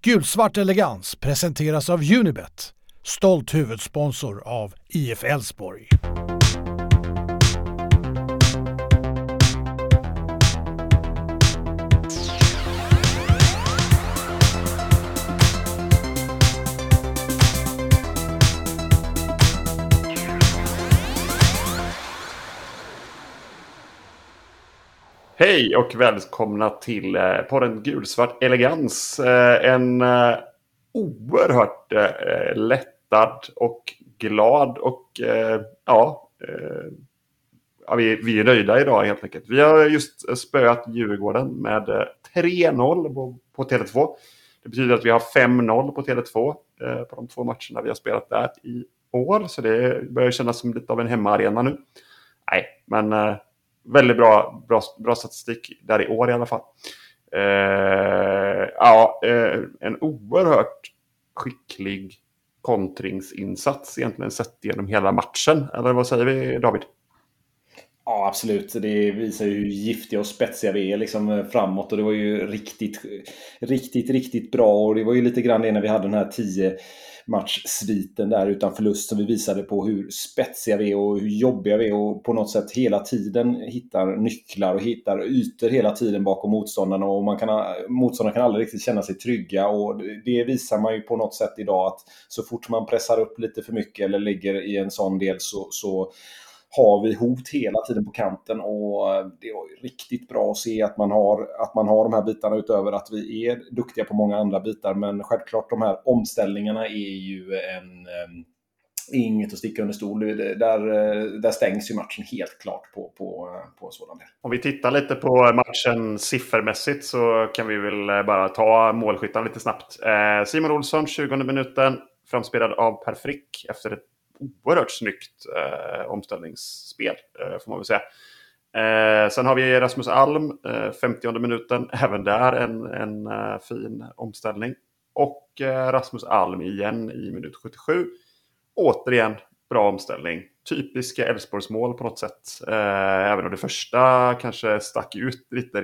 Gulsvart elegans presenteras av Unibet, stolt huvudsponsor av IF Elfsborg. Hej och välkomna till podden Gulsvart elegans. En oerhört lättad och glad och vi är nöjda idag helt enkelt. Vi har just spöat Djurgården med 3-0 på Tele2. Det betyder att vi har 5-0 på Tele2 på de 2 matcherna vi har spelat där i år. Så det börjar kännas som lite av en hemmaarena nu. Nej, men... väldigt bra statistik där i år i alla fall. En oerhört skicklig kontringsinsats egentligen sett genom hela matchen. Eller vad säger vi, David? Ja, absolut. Det visar ju hur giftiga och spetsiga vi är liksom framåt. Och det var ju riktigt bra. Och det var ju lite grann det när vi hade den här 10-matchsviten där utan förlust som vi visade på hur spetsiga vi är och hur jobbiga vi är. Och på något sätt hela tiden hittar nycklar och hittar ytor hela tiden bakom motståndarna. Och motståndarna kan aldrig riktigt känna sig trygga. Och det visar man ju på något sätt idag att så fort man pressar upp lite för mycket eller ligger i en sån del så har vi hot hela tiden på kanten, och det var ju riktigt bra att se att man har de här bitarna utöver att vi är duktiga på många andra bitar. Men självklart de här omställningarna är ju inget att sticka under stol. Där stängs ju matchen helt klart på en sådan del. Om vi tittar lite på matchen siffermässigt så kan vi väl bara ta målskyttan lite snabbt. Simon Olsson, 20:e minuten, framspelad av Per Frick efter ett oerhört snyggt omställningsspel, får man väl säga. Sen har vi Rasmus Alm, 50:e minuten, även där en fin omställning. Och Rasmus Alm igen i minut 77. Återigen bra omställning. Typiska Elfsborgsmål på något sätt. Även om det första kanske stack ut lite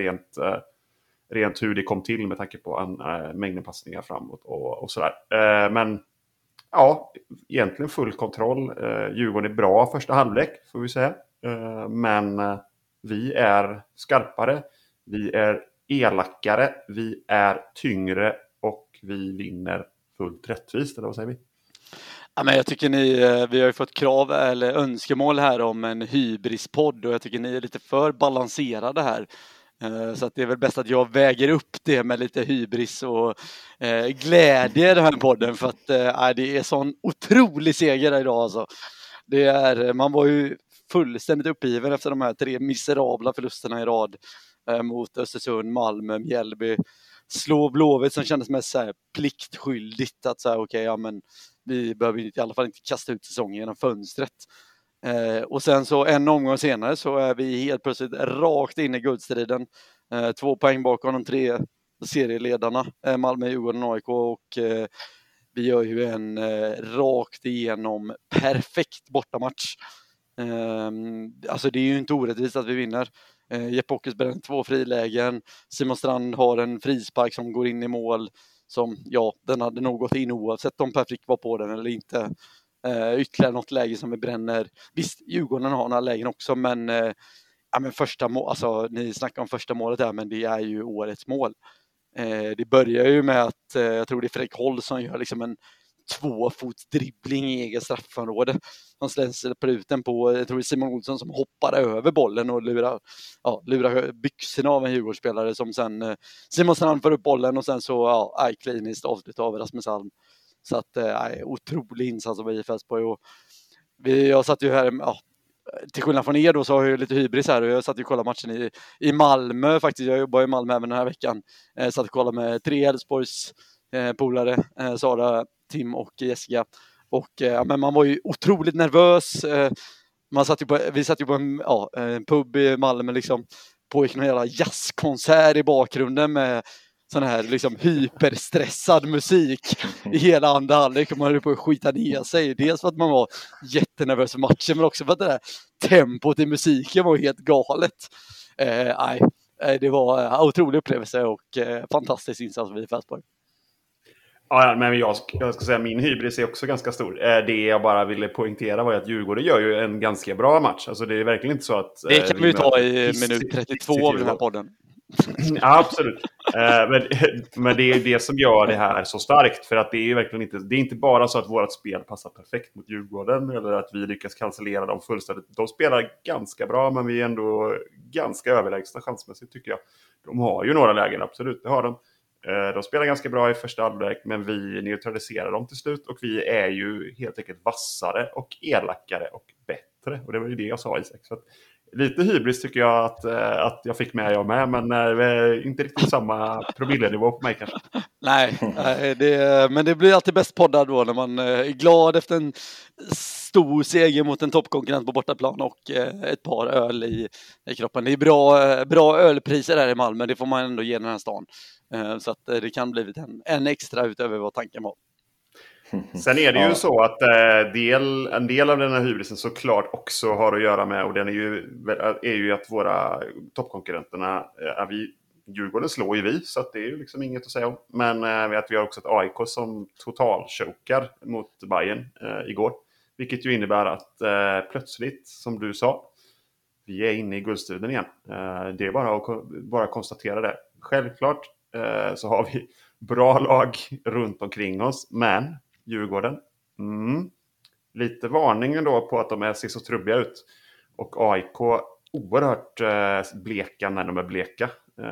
rent hur det kom till med tanke på mängden passningar framåt och sådär. Men ja, egentligen full kontroll. Djurgården är bra första halvlek, får vi säga. Men vi är skarpare, vi är elakare, vi är tyngre och vi vinner fullt rättvist, eller vad säger vi? Ja, men jag tycker vi har ju fått krav eller önskemål här om en hybrispodd, och jag tycker ni är lite för balanserade här. Så att det är väl bäst att jag väger upp det med lite hybris och glädje i den här podden, för att det är sån otrolig seger idag alltså. Man var ju fullständigt uppgiven efter de här 3 miserabla förlusterna i rad mot Östersund, Malmö, Mjällby. Slå Blåvitt som kändes mest så här pliktskyldigt att säga men vi behöver i alla fall inte kasta ut säsongen genom fönstret. Och sen så en omgång senare så är vi helt plötsligt rakt in i guldstriden. 2 poäng bakom de 3 serieledarna, Malmö, Djurgården och AIK, och vi gör ju en rakt igenom perfekt bortamatch. Alltså det är ju inte orättvist att vi vinner. Jeppe Åkes bränner 2 frilägen. Simon Strand har en frispark som går in i mål som, den hade nog gått in oavsett om Per Frick var på den eller inte. Ytterligare något läge som vi bränner. Visst, Djurgården har några lägen också, men första mål, alltså ni snackar om första målet där, men det är ju årets mål. Det börjar ju med att jag tror det är Fredrik Holl som gör liksom en 2-fotsdribbling i egen straffområde. Han släpper ut den på, jag tror det är Simon Olsson som hoppar över bollen och lurar byxorna av en Djurgårdsspelare, som sen Simon Strand får upp bollen och sen så kliniskt avslut av Rasmus Alm. Så att otrolig insats av IF Elfsborg. Och jag satt ju här, till skillnad från er då, så har jag ju lite hybris här, och jag satt ju och kollade matchen i Malmö faktiskt. Jag jobbar i Malmö även den här veckan. Satt och kollade med 3 Elfsborgs polare, Sara, Tim och Jessica. Och men man var ju otroligt nervös. Vi satt ju på en pub i Malmö liksom, pågick någon jävla jazzkonsert i bakgrunden med sån här liksom hyperstressad musik i hela andra halvlek, och man höll på att skita ner sig. Dels för att man var jättenervös för matchen, men också för att det där tempot i musiken var helt galet. Det var en otrolig upplevelse och fantastisk insats vid Elfsborg. Ja, men jag ska säga min hybris är också ganska stor. Det jag bara ville poängtera var att Djurgården gör ju en ganska bra match. Alltså det är verkligen inte så att... Det kan vi ju ta i möter minut 32 av den här podden. Ja, absolut. Men det är det som gör det här så starkt. För att det är ju verkligen inte... Det är inte bara så att vårt spel passar perfekt mot Djurgården. Eller att vi lyckas cancellera dem fullständigt. De spelar ganska bra, men vi är ändå ganska överlägsna chansmässigt tycker jag. De har ju några lägen, absolut. Det har de. De spelar ganska bra i första halvlek, men vi neutraliserar dem till slut. Och vi är ju helt enkelt vassare och elakare och bättre. Och det var ju det jag sa, Isak. Så att, lite hybris tycker jag att jag fick med men inte riktigt samma promillenivå på mig kanske. Nej, men det blir alltid bäst poddad då när man är glad efter en stor seger mot en toppkonkurrent på bortaplan och ett par öl i kroppen. Det är bra ölpriser där i Malmö, det får man ändå ge den här stan. Så att det kan bli en extra utöver vad tanken var. Sen är det ju så att en del av den här hybrisen såklart också har att göra med, och den är ju att våra toppkonkurrenterna, Djurgården slår ju vi, så att det är ju liksom inget att säga om. Men att vi har också ett AIK som totalchokar mot Bayern igår. Vilket ju innebär att plötsligt, som du sa, vi är inne i guldstriden igen. Det är bara att konstatera det. Självklart så har vi bra lag runt omkring oss, men Djurgården, lite varning då på att de ser så trubbiga ut. Och AIK oerhört bleka när de är bleka.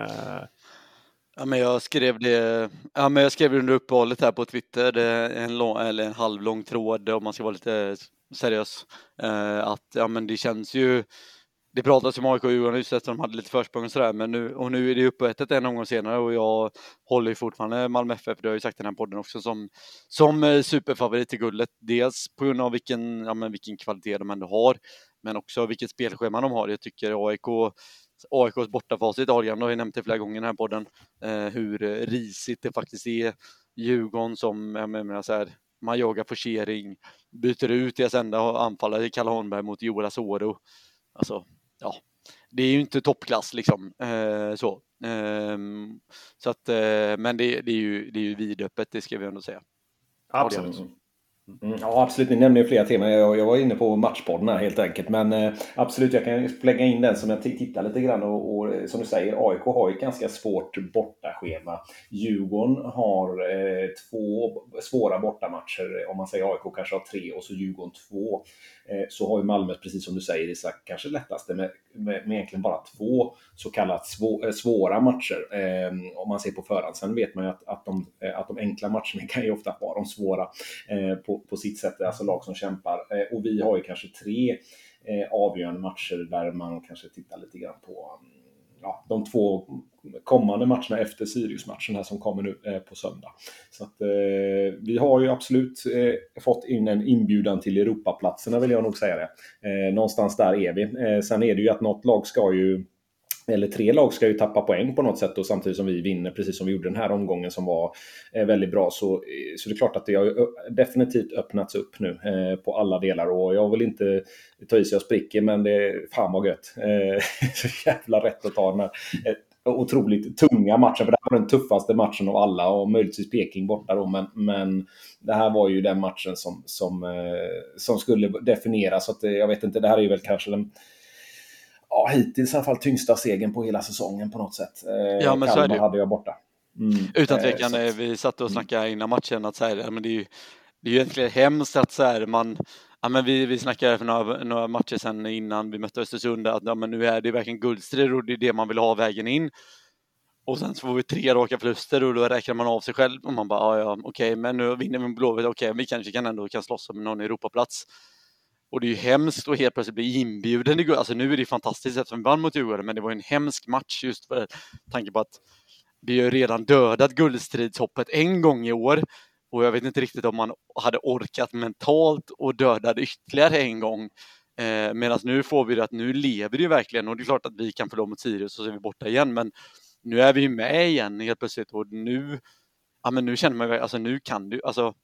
Ja, men jag skrev det under uppehållet här på Twitter, det är en halvlång tråd om man ska vara lite seriös, att men det känns ju, det pratas om AIK och Djurgården just efter att de hade lite försprång och sådär, men nu är det uppätet en omgång senare och jag håller ju fortfarande Malmö FF, det har jag ju sagt i den här podden också, som superfavorit till guldet. Dels på grund av vilken kvalitet de ändå har, men också vilket spelschema de har. Jag tycker AIKs bortafacit, Adrian har ju nämnt det flera gånger i den här podden, hur risigt det faktiskt är. Djurgården som, man jagar forcering, byter ut deras enda anfallare Kalle Holmberg mot Joel Asoro. Alltså, ja, det är ju inte toppklass liksom. Så att, men det är ju vidöppet, det ska vi ändå säga. Absolut. Ja, absolut. Ni nämnde ju flera teman. Jag var inne på matchpodden här helt enkelt. Men absolut, jag kan lägga in den som jag tittar lite grann. Och som du säger, AIK har ett ganska svårt bortaschema. Djurgården har 2 svåra bortamatcher. Om man säger AIK kanske har 3 och så Djurgården 2. Så har ju Malmö, precis som du säger, Isak, kanske lättaste med egentligen bara 2 så kallat svåra matcher. Om man ser på förhand. Sen vet man ju att de enkla matcherna kan ju ofta vara de svåra på sitt sätt, alltså lag som kämpar. Och vi har ju kanske 3 avgörande matcher där man kanske tittar lite grann på de 2 kommande matcherna efter Sirius-matchen här som kommer nu på söndag. Så att vi har ju absolut fått in en inbjudan till Europaplatserna, vill jag nog säga det. Någonstans där är vi. Sen är det ju att något lag eller 3 lag ska ju tappa poäng på något sätt, och samtidigt som vi vinner, precis som vi gjorde den här omgången som var väldigt bra, så det är klart att det har definitivt öppnats upp nu på alla delar, och jag vill inte ta i sig och spricker, men det är fan vad gött. Så jävla rätt att ta den här otroligt tunga matchen, för det här var den tuffaste matchen av alla, och möjligtvis Peking borta då, men det här var ju den matchen som skulle definiera, så att jag vet inte, det här är ju väl kanske den hittills i alla fall tyngsta segern på hela säsongen på något sätt. Ja, men så är det. Hade jag borta. Utan tvekan, vi satt och snackade innan matchen att säga, men det är ju egentligen hemskt att så här, vi snackade för några matcher sedan innan vi mötte Östersund att men nu är det verkligen guldstrid och det är det man vill ha vägen in. Och sen så får vi 3 raka förluster och då räknar man av sig själv och man bara okej, men nu vinner vi med Blåvitt, okej, vi kanske kan slåss om någon Europaplats. Och det är ju hemskt att helt plötsligt bli inbjuden. Alltså nu är det fantastiskt eftersom vi vann mot Djurgården, men det var en hemsk match just för tanke på att vi har redan dödat guldstridshoppet en gång i år. Och jag vet inte riktigt om man hade orkat mentalt och döda det ytterligare en gång. Medan nu får vi det att nu lever det ju verkligen. Och det är klart att vi kan förlora mot Sirius och så är vi borta igen. Men nu är vi ju med igen helt plötsligt. Och nu känner man ju, alltså nu kan du, alltså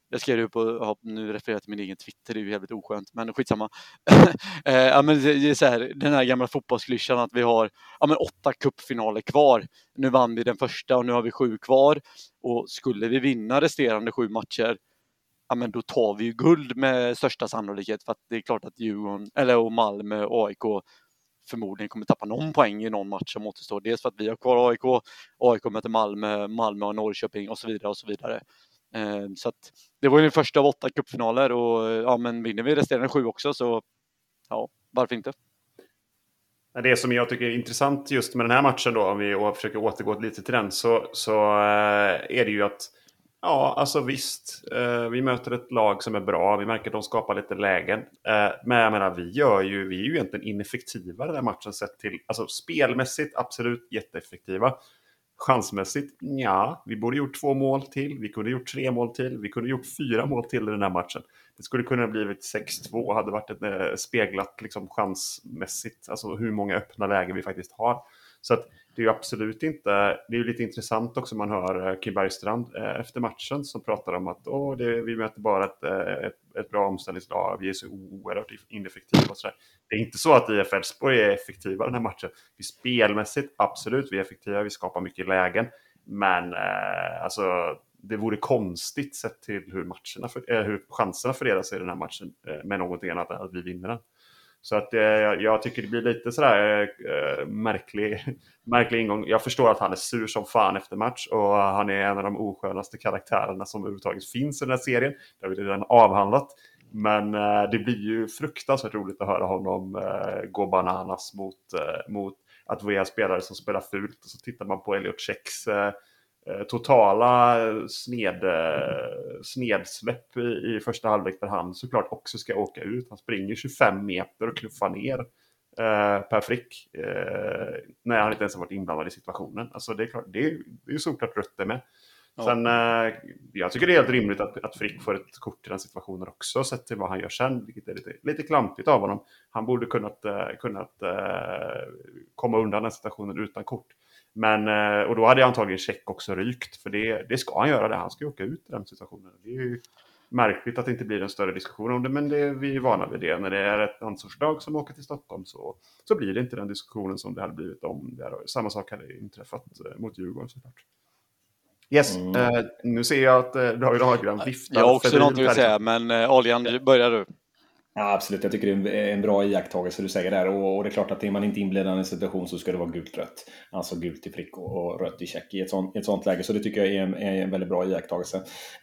Jag skrev det på, nu refererar jag till min egen Twitter, det är ju jävligt oskönt, men skitsamma. Ja, men det är så här, den här gamla fotbollsklyschan att vi har 8 cupfinaler kvar. Nu vann vi den första och nu har vi 7 kvar. Och skulle vi vinna resterande 7 matcher, ja, men då tar vi ju guld med största sannolikhet, för att det är klart att Djurgården, och Malmö och AIK förmodligen kommer tappa någon poäng i någon match som återstår. Dels för att vi har kvar AIK möter Malmö och Norrköping och så vidare och så vidare. Så att det var ju den första av 8 cupfinaler och men vinner vi resterande 7 också, så ja, varför inte? Det som jag tycker är intressant just med den här matchen då, om vi försöker återgå lite till den, så är det ju att alltså visst, vi möter ett lag som är bra. Vi märker att de skapar lite lägen. Men jag menar, vi är ju egentligen ineffektiva den här matchen sett till, alltså spelmässigt absolut jätteeffektiva. Chansmässigt, vi borde gjort 2 mål till. Vi kunde gjort 3 mål till. Vi kunde gjort 4 mål till i den här matchen. Det skulle kunna ha blivit 6-2. Hade varit ett speglat liksom, chansmässigt. Alltså hur många öppna lägen vi faktiskt har. Så att det är ju absolut inte... Det är ju lite intressant också. Man hör Kim Bergstrand efter matchen som pratar om att vi möter bara ett bra omställningslag. Vi är så oerhört ineffektiva och sådär. Det är inte så att IF Elfsborg är effektiva den här matchen. Vi spelmässigt, absolut, vi är effektiva. Vi skapar mycket lägen. Men alltså, det vore konstigt sett till hur chanserna fördelas i den här matchen med någonting annat än att vi vinner den. Så att jag tycker det blir lite sådär märklig ingång. Jag förstår att han är sur som fan efter match. Och han är en av de oskönaste karaktärerna som överhuvudtaget finns i den här serien. Det har vi redan avhandlat. Men det blir ju fruktansvärt roligt att höra honom gå bananas mot att vi har spelare som spelar fult. Och så tittar man på Elliot Checks totala snedsläpp i första halvlek, där han såklart också ska åka ut. Han springer 25 meter och knuffar ner Per Frick när han inte ens har varit inblandad i situationen. Alltså det är klart, det är ju såklart rött det med. Ja. Sen jag tycker det är helt rimligt att Frick får ett kort i den situationen också, sett till vad han gör sen, vilket är lite klantigt av honom. Han borde kunnat komma undan den situationen utan kort. Men, och då hade jag antagligen Check också rykt, för det ska han göra det. Han ska åka ut i den situationen. Det är ju märkligt att det inte blir en större diskussion om det, men vi är vana vid det. När det är ett ansvarslag som åker till Stockholm så blir det inte den diskussionen som det hade blivit om det. Samma sak hade inträffat mot Djurgården såklart. Yes, nu ser jag att David Hagran viftar. Jag har också något att säga, men Adrian, börjar du? Ja, absolut, jag tycker det är en bra iakttagelse du säger där, och det är klart att är man inte inblandad i en situation så ska det vara gult-rött, alltså gult till Frick och rött i Check i ett sånt läge, så det tycker jag är en väldigt bra iakttagelse.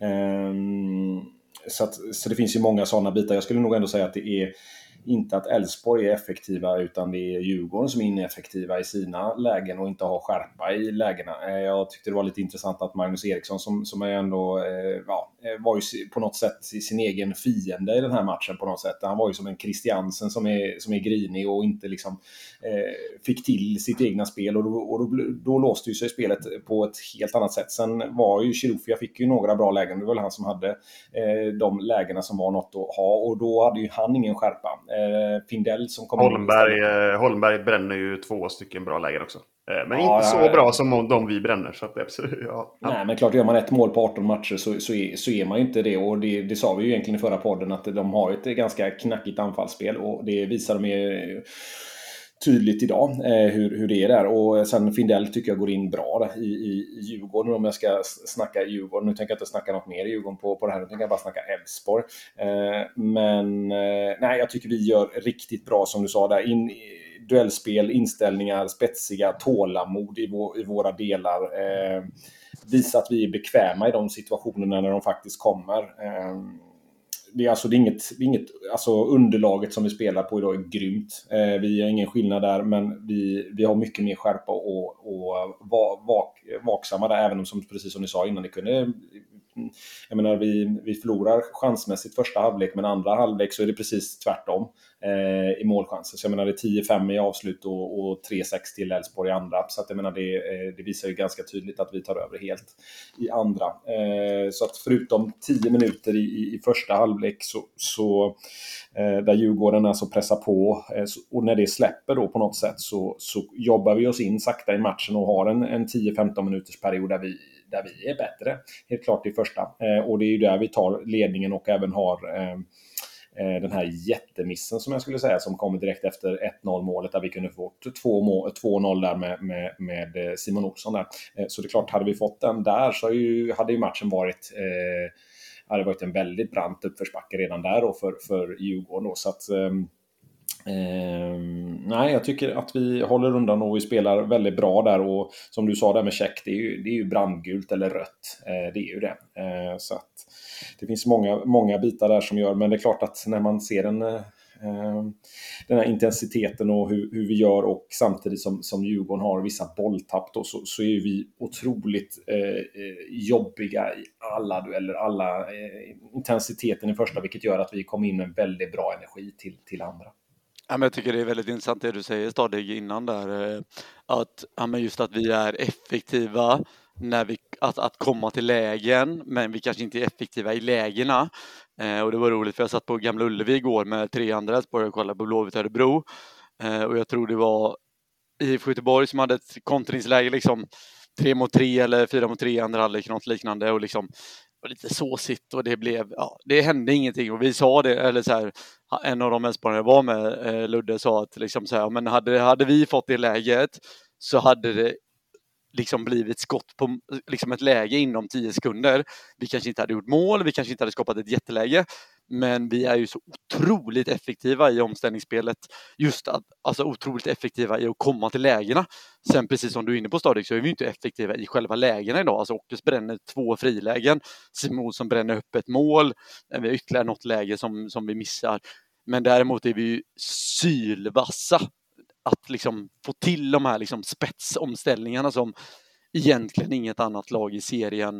Så det finns ju många sådana bitar. Jag skulle nog ändå säga att det är inte att Elfsborg är effektiva, utan det är Djurgården som är ineffektiva i sina lägen och inte har skärpa i lägena. Jag tyckte det var lite intressant att Magnus Eriksson som är ändå var ju på något sätt sin egen fiende i den här matchen på något sätt. Han var ju som en Christiansen som är grinig och inte liksom fick till sitt egna spel, och då låste ju sig spelet på ett helt annat sätt. Sen var ju Chirufia, fick ju några bra lägen. Det var väl han som hade de lägena som var något att ha, och då hade ju han ingen skärpa. Findell som kom Holmberg bränner ju 2 stycken bra lägen också. Men inte så bra som de vi bränner. Så att det absolut, Nej, men klart, gör man ett mål på 18 matcher så är man ju inte det. Och det sa vi ju egentligen i förra podden, att de har ett ganska knackigt anfallsspel. Och det visar de ju tydligt idag, hur det är där. Och sen Findell tycker jag går in bra i Djurgården, om jag ska snacka Djurgården. Nu tänker jag inte snacka något mer i Djurgården på det här, nu tänker jag bara snacka Elfsborg. Men nej, jag tycker vi gör riktigt bra, som du sa där, duellspel, inställningar, spetsiga, tålamod i våra delar. Visa att vi är bekväma i de situationerna när de faktiskt kommer. Det är inget underlaget som vi spelar på idag är grymt. Vi har ingen skillnad där, men vi har mycket mer skärpa och vaksamma där, även om, som precis som ni sa innan, det kunde... Jag menar, vi förlorar chansmässigt första halvlek, men andra halvlek så är det precis tvärtom i målchanser. Så jag menar, det är 10-5 i avslut och 3-6 till Elfsborg i andra. Så att jag menar, det visar ju ganska tydligt att vi tar över helt i andra. Så att förutom 10 minuter i första halvlek så där Djurgården alltså pressar på, och när det släpper då på något sätt så jobbar vi oss in sakta i matchen och har en 10-15 minuters period där där vi är bättre. Helt klart i första. Och det är ju där vi tar ledningen och även har den här jättemissen som jag skulle säga som kommer direkt efter 1-0 målet där vi kunde få 2-0 där med Simon Olsson där. Så det är klart, hade vi fått den där så hade ju matchen varit hade varit en väldigt brant uppförsbacke redan där då för Djurgården då. Så att nej, jag tycker att vi håller undan och vi spelar väldigt bra där, och som du sa där med check, det är ju brandgult eller rött, det är ju det. Så att det finns många bitar där som gör, men det är klart att när man ser den här intensiteten och hur vi gör, och samtidigt som Djurgården har vissa bolltapp då, så är vi otroligt jobbiga i alla dueller, alla intensiteten i första, vilket gör att vi kommer in med väldigt bra energi till andra. Ja, men jag tycker det är väldigt intressant det du säger Stadig innan där, att just att vi är effektiva när att komma till lägen, men vi kanske inte är effektiva i lägena. Och det var roligt för jag satt på Gamla Ullevi igår med 3 andra Älvsborg och kollade på Blåvitt Örebro, och jag tror det var IFK Göteborg som hade ett kontringsläge liksom 3-3 eller 4-3 i andra halvlek, något liknande, och liksom var lite såsigt, och det hände ingenting, och vi sa det, eller så här, en av de Älvsborgare var med, Ludde, sa att liksom så här, men hade vi fått det läget så hade det liksom blivit skott på liksom ett läge inom 10 sekunder. Vi kanske inte hade gjort mål, vi kanske inte hade skapat ett jätteläge, men vi är ju så otroligt effektiva i omställningsspelet, just att, alltså otroligt effektiva i att komma till lägena. Sen precis som du är inne på Stadig, så är vi inte effektiva i själva lägena idag. Alltså Åkes bränner 2 frilägen, Simon som bränner upp ett mål, vi har ytterligare något läge som vi missar, men däremot är vi ju sylvassa att liksom få till de här liksom spetsomställningarna som egentligen inget annat lag i serien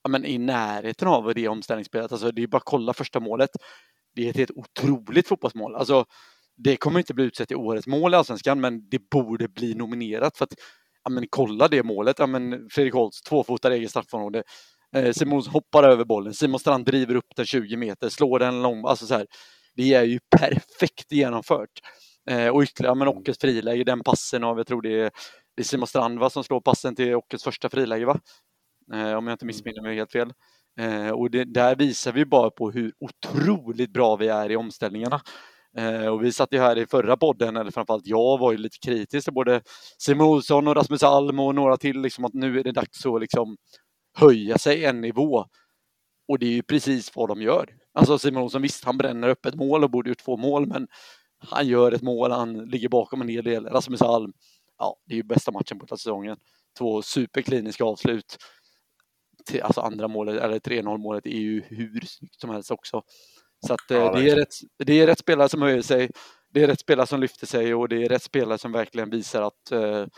i närheten av det omställningsspelet. Alltså det är bara att kolla första målet. Det är ett helt otroligt fotbollsmål. Alltså det kommer inte bli utsett i årets mål i Allsvenskan, men det borde bli nominerat för att kolla det målet. Fredrik Holtz, 2-fotad egen straffområde. Simon hoppar över bollen. Simon Strand driver upp den 20 meter, slår den lång. Alltså så här, det är ju perfekt genomfört. Och ytterligare, Åkes friläge, den passen av, jag tror det är Simon Strand som slår passen till Åkes första friläge, va? Om jag inte missminner mig helt fel. Och där visar vi bara på hur otroligt bra vi är i omställningarna. Och vi satt ju här i förra podden, eller framförallt jag var ju lite kritisk till både Simon Olsson och Rasmus Alm och några till, liksom, att nu är det dags att liksom höja sig en nivå. Och det är ju precis vad de gör. Alltså Simon Olsson, visst, han bränner upp ett mål och borde gjort 2 mål, men han gör ett mål, han ligger bakom en hel del. Rasmus Alm, det är ju bästa matchen på hela säsongen. 2 superkliniska avslut. Alltså andra målet, eller 3-0 målet, är ju hur snyggt som helst också. Så att det är rätt spelare som höjer sig. Det är rätt spelare som lyfter sig, och det är rätt spelare som verkligen visar att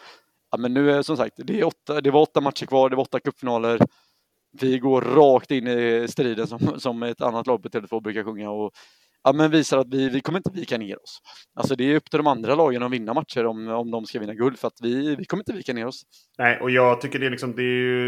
men nu är som sagt, det var 8 matcher kvar, det var 8 cupfinaler. Vi går rakt in i striden som ett annat lag på Tele2 brukar sjunga, och visar att vi kommer inte vika ner oss. Alltså det är upp till de andra lagen att vinna matcher om de ska vinna guld, för att vi kommer inte vika ner oss. Nej, och jag tycker det är liksom,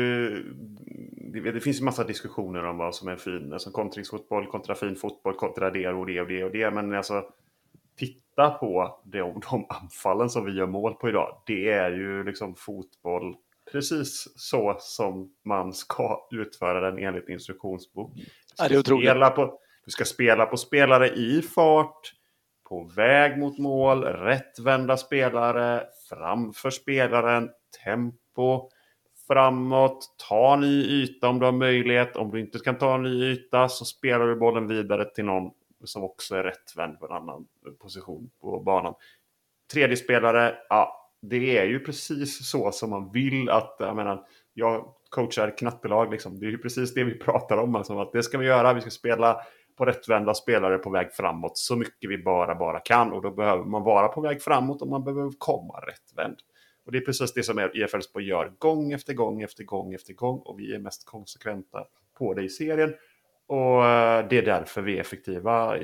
det finns ju massa diskussioner om vad som är fin, alltså kontringsfotboll kontra fin fotboll kontra det och det och det och det, men alltså titta på de anfallen som vi gör mål på idag. Det är ju liksom fotboll precis så som man ska utföra den enligt instruktionsbok. Det är otroligt. Du ska spela på spelare i fart, på väg mot mål, rättvända spelare, framför spelaren, tempo, framåt, ta ny yta om du har möjlighet. Om du inte kan ta ny yta så spelar du bollen vidare till någon som också är rättvänd på en annan position på banan. Tredje spelare, det är ju precis så som man vill att, jag coachar knattelag liksom. Det är ju precis det vi pratar om, alltså, att det ska vi göra, vi ska spela på rättvända spelare på väg framåt så mycket vi bara kan, och då behöver man vara på väg framåt och man behöver komma rättvänd. Och det är precis det som IF Elfsborg gör gång efter gång, och vi är mest konsekventa på det i serien, och det är därför vi är effektiva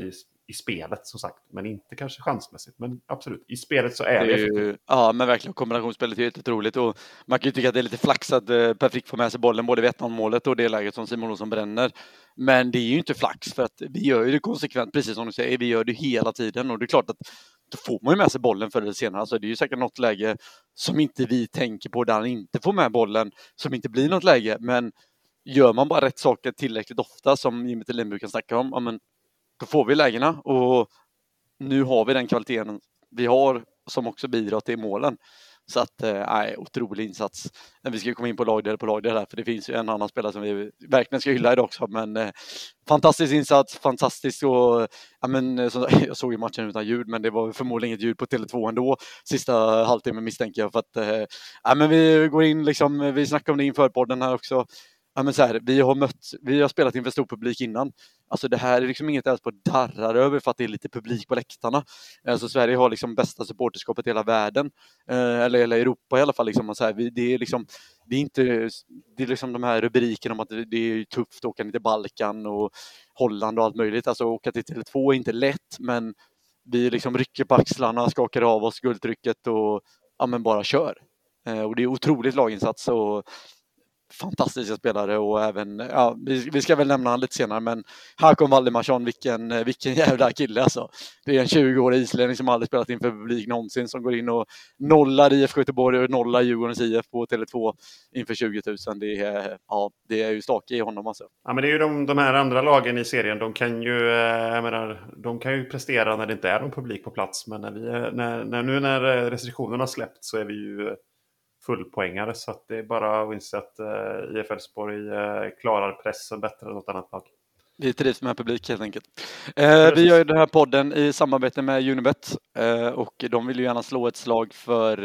i spelet som sagt. Men inte kanske chansmässigt. Men absolut, i spelet så är det effektivt. Ja, men verkligen. Kombinationsspelet är helt otroligt. Och man kan ju tycka att det är lite flax att Per Frick får med sig bollen både vid 1-0-målet och det läget som Simon Olsson bränner. Men det är ju inte flax för att vi gör ju det konsekvent, precis som du säger. Vi gör det hela tiden och det är klart att då får man ju med sig bollen förr eller senare. Alltså det är ju säkert något läge som inte vi tänker på där han inte får med bollen, som inte blir något läge. Men gör man bara rätt saker tillräckligt ofta, som Jimmy Thelin brukar snacka om, ja, men då får vi lägena. Och nu har vi den kvaliteten vi har som också bidrar till målen. Så att, otrolig insats. Men vi ska komma in på lagdel där, för det finns ju en annan spelare som vi verkligen ska hylla idag också. Men fantastisk insats, fantastiskt. Och, ja, men, så, jag såg ju matchen utan ljud, men det var förmodligen inget ljud på Tele2 ändå. Sista halvtimmen misstänker jag. För att, men vi går in, liksom, vi snackar om det inför podden här också. Ja, men så här, vi har spelat inför stor publik innan. Alltså det här är liksom inget ens på darrar över för att det är lite publik på läktarna. Alltså Sverige har liksom bästa supporterskapet i hela världen. Eller hela Europa i alla fall. Liksom. Så här, det är liksom de här rubrikerna om att det är tufft att åka ner till Balkan och Holland och allt möjligt. Alltså åka till Tele2 är inte lätt, men vi liksom rycker på axlarna, skakar av oss guldtrycket och men bara kör. Och det är otroligt laginsats och fantastiska spelare. Och även, vi ska väl nämna han lite senare, men Håkon Valdimarsson, vilken jävla kille alltså. Det är en 20-årig islänning som aldrig spelat inför publik någonsin, som går in och nollar IFK Göteborg och nollar Djurgårdens IF på Tele2 inför 20 000. Det är ju stake i honom alltså. Ja, men det är ju de här andra lagen i serien, de kan ju prestera när det inte är någon publik på plats, men när restriktionerna släppt så är vi ju fullpoängare, så att det är bara att inse att IF Elfsborg klarar pressen bättre än något annat lag. Vi trivs med publik helt enkelt. Vi gör ju den här podden i samarbete med Unibet och de vill ju gärna slå ett slag för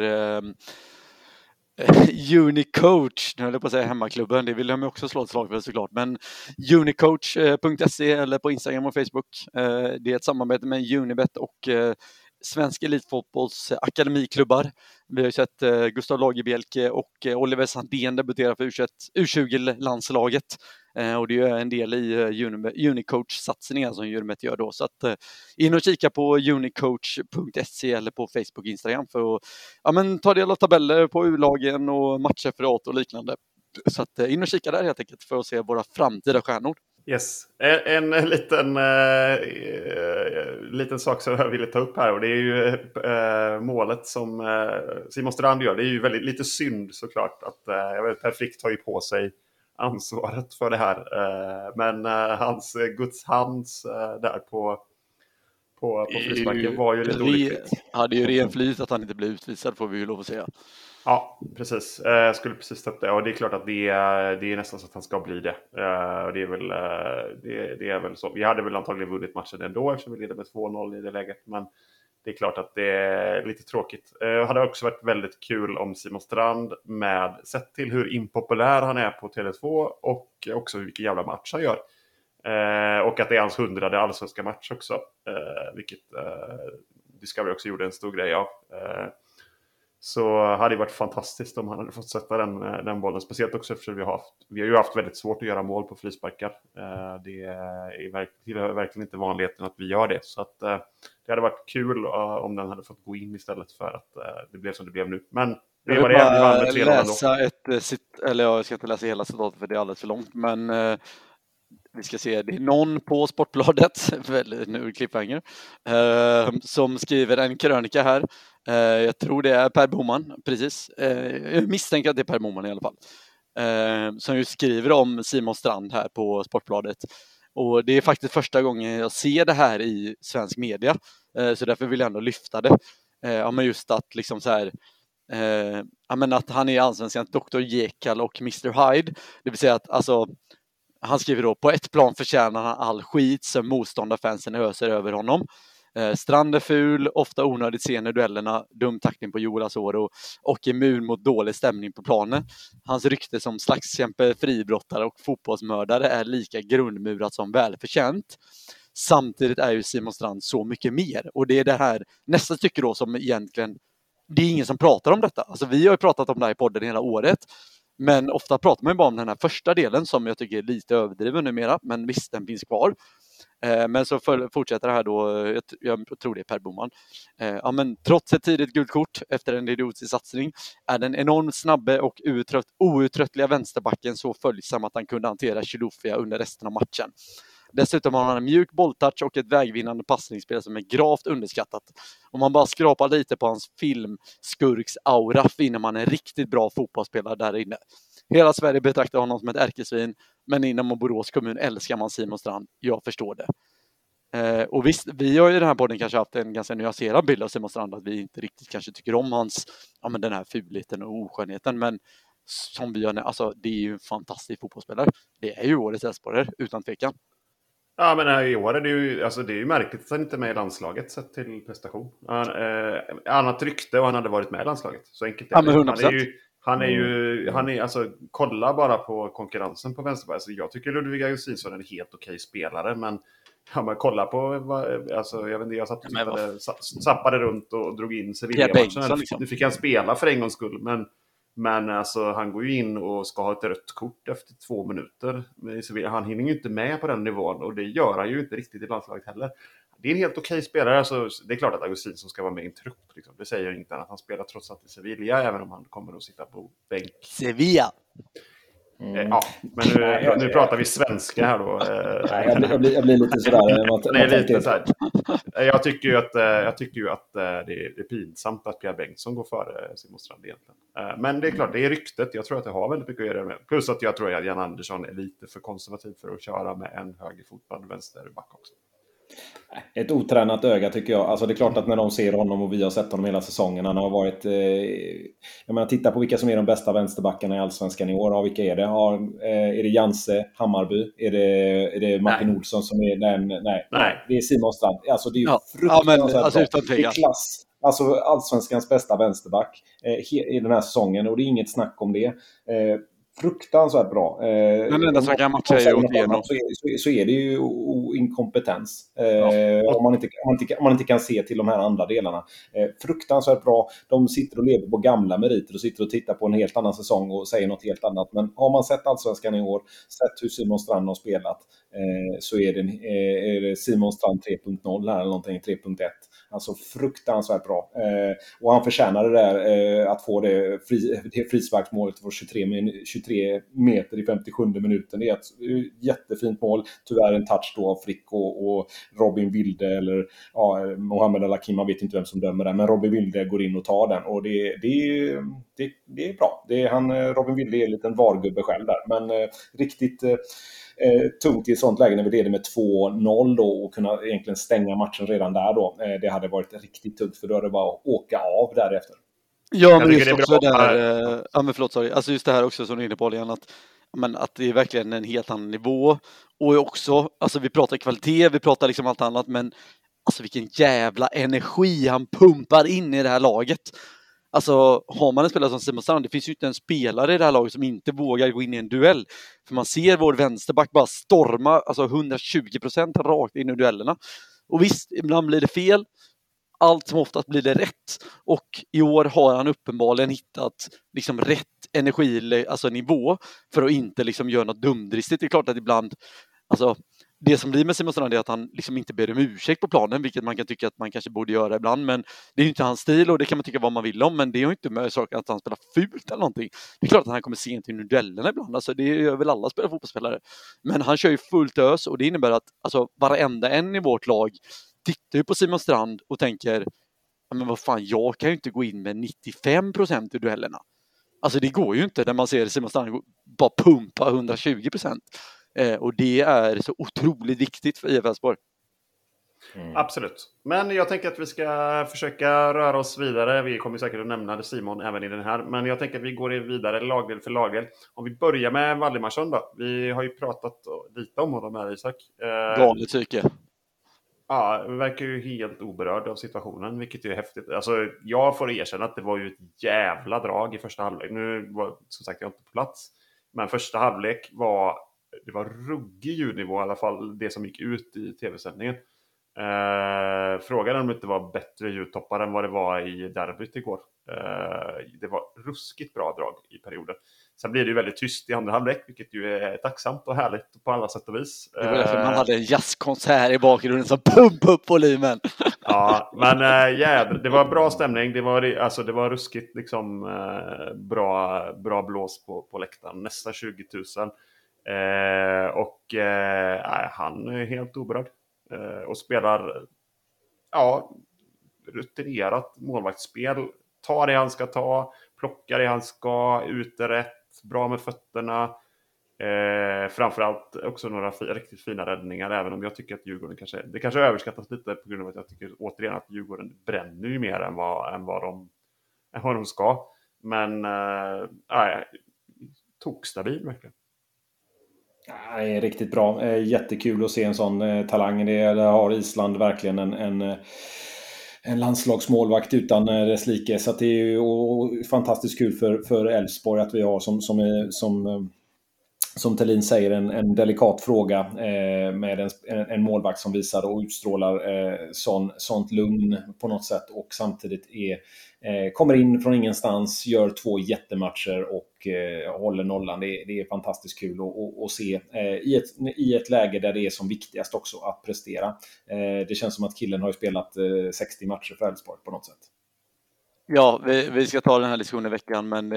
Unicoach. Nu höll jag på att säga hemmaklubben, det vill de också slå ett slag för såklart. Men unicoach.se eller på Instagram och Facebook. Det är ett samarbete med Unibet och Svensk Elitfotbolls akademiklubbar. Vi har ju sett Gustav Lagerbielke och Oliver Sandén debutera för U20-landslaget. Och det är en del i Unicoach-satsningen som Unibet gör då. Så att in och kika på unicoach.se eller på Facebook och Instagram för att ta del av tabeller på U-lagen och matchreferat och liknande. Så att in och kika där helt enkelt för att se våra framtida stjärnor. Yes. En liten sak som jag ville ta upp här, och det är ju målet som Simon Strand gör. Det är ju väldigt lite synd såklart att Per Frick tar ju på sig ansvaret för det här. Men hans Guds hands där på frisparken var ju lite olyckligt. Ja, det är ju ren flyt att han inte blev utvisad, får vi ju lov att säga. Ja, precis. Jag skulle precis ta upp det. Och det är klart att det är nästan så att han ska bli det. Och det är väl så. Vi hade väl antagligen vunnit matchen ändå eftersom vi leder med 2-0 i det läget. Men det är klart att det är lite tråkigt. Det hade också varit väldigt kul om Simon Strand, sett till hur impopulär han är på Tele2 och också vilken jävla match han gör. Och att det är hans 100:e allsvenska match också. Vilket Discovery också gjorde en stor grej av. Så hade det varit fantastiskt om han hade fått sätta den bollen. Speciellt också eftersom vi har ju haft väldigt svårt att göra mål på frisparkar. Det är verkligen inte vanligheten att vi gör det. Så att, det hade varit kul om den hade fått gå in istället för att det blev som det blev nu. Men det var det. Vi vann med 3-0 jag ska inte läsa hela citatet för det är alldeles för långt. Men vi ska se, det är någon på Sportbladet, nu cliffhanger, som skriver en krönika här. Jag tror det är Per Boman, precis. Jag misstänker att det är Per Boman i alla fall. Som ju skriver om Simon Strand här på Sportbladet. Och det är faktiskt första gången jag ser det här i svensk media. Så därför vill jag ändå lyfta det. Men just att liksom så här, att han är allsvenskans Dr. Jekyll och Mr. Hyde. Det vill säga att alltså, han skriver då, på ett plan förtjänar han all skit som motståndarfansen öser över honom. Strand är ful, ofta onödigt sen i duellerna, dum tackling på Joel Asoro och immun mot dålig stämning på planen. Hans rykte som slagskämpe, fribrottare och fotbollsmördare är lika grundmurat som välförtjänt. Samtidigt är ju Simon Strand så mycket mer. Och det är det här nästa stycke då som egentligen, det är ingen som pratar om detta. Alltså vi har ju pratat om det här i podden hela året. Men ofta pratar man ju bara om den här första delen som jag tycker är lite överdriven numera. Men visst, den finns kvar. Men så fortsätter det här då, jag tror det är Per Boman. Ja, men trots ett tidigt gult kort efter en idiotisk satsning är den enormt snabbe och outtröttliga vänsterbacken så följsam att han kunde hantera Chilufya under resten av matchen. Dessutom har han en mjuk bolltouch och ett vägvinnande passningsspel som är gravt underskattat. Om man bara skrapar lite på hans filmskurks-aura finner man en riktigt bra fotbollsspelare där inne. Hela Sverige betraktar honom som ett ärkesvin, men inom Borås kommun älskar man Simon Strand. Jag förstår det. Och visst, vi har ju i den här podden kanske haft en ganska nyanserad bild av Simon Strand, att vi inte riktigt kanske tycker om hans, ja men den här fulheten och oskönheten, men som vi har, alltså det är ju en fantastisk fotbollsspelare. Det är ju årets Elfsborgare, utan tvekan. Ja, men i år är det ju, alltså det är ju märkligt att han inte är med i landslaget sett till prestation. Annat rykte och han hade varit med i landslaget. Så enkelt är det. Han är alltså, kolla bara på konkurrensen på vänsterback. Alltså, jag tycker Ludvig Augustinsson är en helt okej spelare, men ja, men kolla på alltså, jag vet inte, jag zappade runt och drog in Sevilla-matchen. Liksom. Nu fick han spela för en gångs skull, men alltså, han går ju in och ska ha ett rött kort efter 2 minuter. Han hinner ju inte med på den nivån, och det gör han ju inte riktigt i landslaget heller. Det är en helt okej spelare. Alltså, det är klart att Augustinsson ska vara med i en trupp. Liksom. Det säger jag inte att han spelar trots allt i Sevilla, även om han kommer att sitta på bänk. Sevilla! Ja, men nu pratar vi svenska här då. Jag blir lite sådär. Nej, lite så här. Jag tycker ju att det är pinsamt att Pierre Bengtsson går före Simon Strand egentligen. Men det är klart, det är ryktet. Jag tror att det har väldigt mycket att göra med. Plus att jag tror att Jan Andersson är lite för konservativ för att köra med en högerfotad vänsterback också. Ett otränat öga tycker jag. Alltså det är klart att när de ser honom, och vi har sett honom hela säsongen, han har varit jag menar, titta på vilka som är de bästa vänsterbackarna i Allsvenskan i år. Ja, vilka är det? Är det Janse, Hammarby? Är det Martin Olsson som är den? Nej, det är Simon Strand. Alltså det är ju fruktansvärt bra. Det är klass. Alltså Allsvenskans bästa vänsterback i den här säsongen, och det är inget snack om det. Fruktansvärt bra. Men enda som kan matcha är åt igenom. Så är det ju inkompetens. Om man inte kan se till de här andra delarna. Fruktansvärt bra. De sitter och lever på gamla meriter och sitter och tittar på en helt annan säsong och säger något helt annat. Men har man sett Allsvenskan i år, sett hur Simon Strand har spelat, så är det Simon Strand 3.0 här, eller någonting 3.1. Alltså fruktansvärt bra. Och han förtjänade det där, att få det frisparksmålet för 23 meter i 57 minuten. Det är ett jättefint mål. Tyvärr en touch då av Frick och Robin Wilde, eller Mohamed Al-Hakim, man vet inte vem som dömer den, men Robin Wilde går in och tar den, och det är bra. Robin Wilde är en liten vargubbe själv där, men riktigt tungt i ett sånt läge när vi leder med 2-0 då, och kunna egentligen stänga matchen redan där då. Det hade varit riktigt tungt, för då hade det bara att åka av därefter. Ja, men just också där, alltså just det här också som du är inne på, Lian, att det är verkligen en helt annan nivå, och också, alltså vi pratar kvalitet, vi pratar liksom allt annat, men alltså vilken jävla energi han pumpar in i det här laget. Alltså har man en spelare som Simon Strand, det finns ju inte en spelare i det här laget som inte vågar gå in i en duell. För man ser vår vänsterback bara storma, alltså 120% rakt in i duellerna. Och visst, ibland blir det fel. Allt som oftast blir det rätt. Och i år har han uppenbarligen hittat liksom rätt energi, alltså nivå, för att inte liksom göra något dumdristigt. Det är klart att ibland, alltså det som blir med Simon Strand är att han liksom inte ber om ursäkt på planen, vilket man kan tycka att man kanske borde göra ibland, men det är ju inte hans stil, och det kan man tycka vad man vill om, men det är ju inte med saker att han spelar fult eller någonting. Det är klart att han kommer sent in i duellerna ibland, alltså det gör väl alla fotbollsspelare, men han kör ju fullt ös, och det innebär att alltså varenda en i vårt lag tittar ju på Simon Strand och tänker, men vad fan, jag kan ju inte gå in med 95% i duellerna. Alltså det går ju inte när man ser Simon Strand bara pumpa 120%. Och det är så otroligt viktigt för IF Elfsborg. Absolut. Men jag tänker att vi ska försöka röra oss vidare. Vi kommer säkert att nämna Simon även i den här. Men jag tänker att vi går vidare lagdel för lagdel. Om vi börjar med Valdemarsson då. Vi har ju pratat lite om honom här, Isak. Galet tycker. Ja, verkar ju helt oberörd av situationen, vilket är häftigt. Alltså, jag får erkänna att det var ju ett jävla drag i första halvlek. Nu var som sagt jag inte på plats. Men första halvlek det var ruggig ljudnivå i alla fall, det som gick ut i tv-sändningen. Frågan om det inte var bättre ljudtoppar än vad det var i derbyt igår. Det var ruskigt bra drag i perioden. Sen blir det ju väldigt tyst i andra halvlek, vilket ju är tacksamt och härligt på alla sätt och vis. Det var därför man hade en jazzkonsert i bakgrunden som pumpa upp volymen. Ja, men det var bra stämning. Det var ruskigt liksom, bra blås på läktaren. Nästan 20 000. Han är helt oberörd. Och spelar rutinerat målvaktsspel. Tar det han ska ta, plockar det han ska, ute rätt, bra med fötterna. Framförallt också några riktigt fina räddningar, även om jag tycker att Djurgården kanske överskattas lite på grund av att jag tycker återigen att Djurgården bränner ju mer än vad de ska. Men tokstabil verkligen. Nej, riktigt bra. Jättekul att se en sån talang. Det har Island verkligen en landslagsmålvakt utan dess like. Så att det är ju fantastiskt kul för Elfsborg att vi har som Thelin säger en delikat fråga med en målvakt som visar och utstrålar sånt lugn på något sätt och samtidigt kommer in från ingenstans, gör 2 jättematcher och håller nollan. Det är fantastiskt kul att se i ett läge där det är som viktigast också att prestera. Det känns som att killen har ju spelat 60 matcher för Elfsborg på något sätt. Ja, vi ska ta den här diskussionen i veckan, men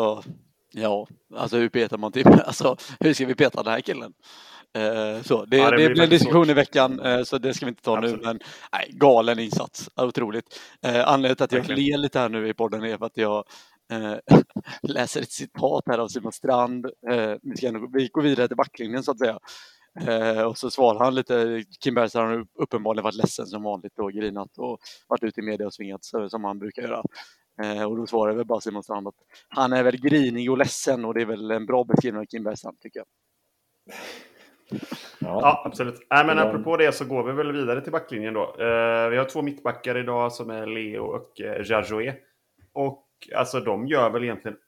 hur petar man till? Alltså, hur ska vi peta den här killen? Det blir en diskussion i veckan, så det ska vi inte ta nu, men galen insats, otroligt. Anledningen till att jag ler lite här nu i podden är för att jag läser ett citat här av Simon Strand. Vi går vidare till backlinjen så att säga. Och så svarar han lite. Kim Bergström har uppenbarligen varit ledsen som vanligt och grinat och varit ute i media och svingat som han brukar göra. Och då svarar väl bara Simon Strand att han är väl grinig och ledsen, och det är väl en bra beskrivning av Kim Bergström, tycker jag. Ja, absolut. Men apropå det så går vi väl vidare till backlinjen då. Vi har 2 mittbackar idag som är Leo och Jajoe. Och alltså de gör väl egentligen...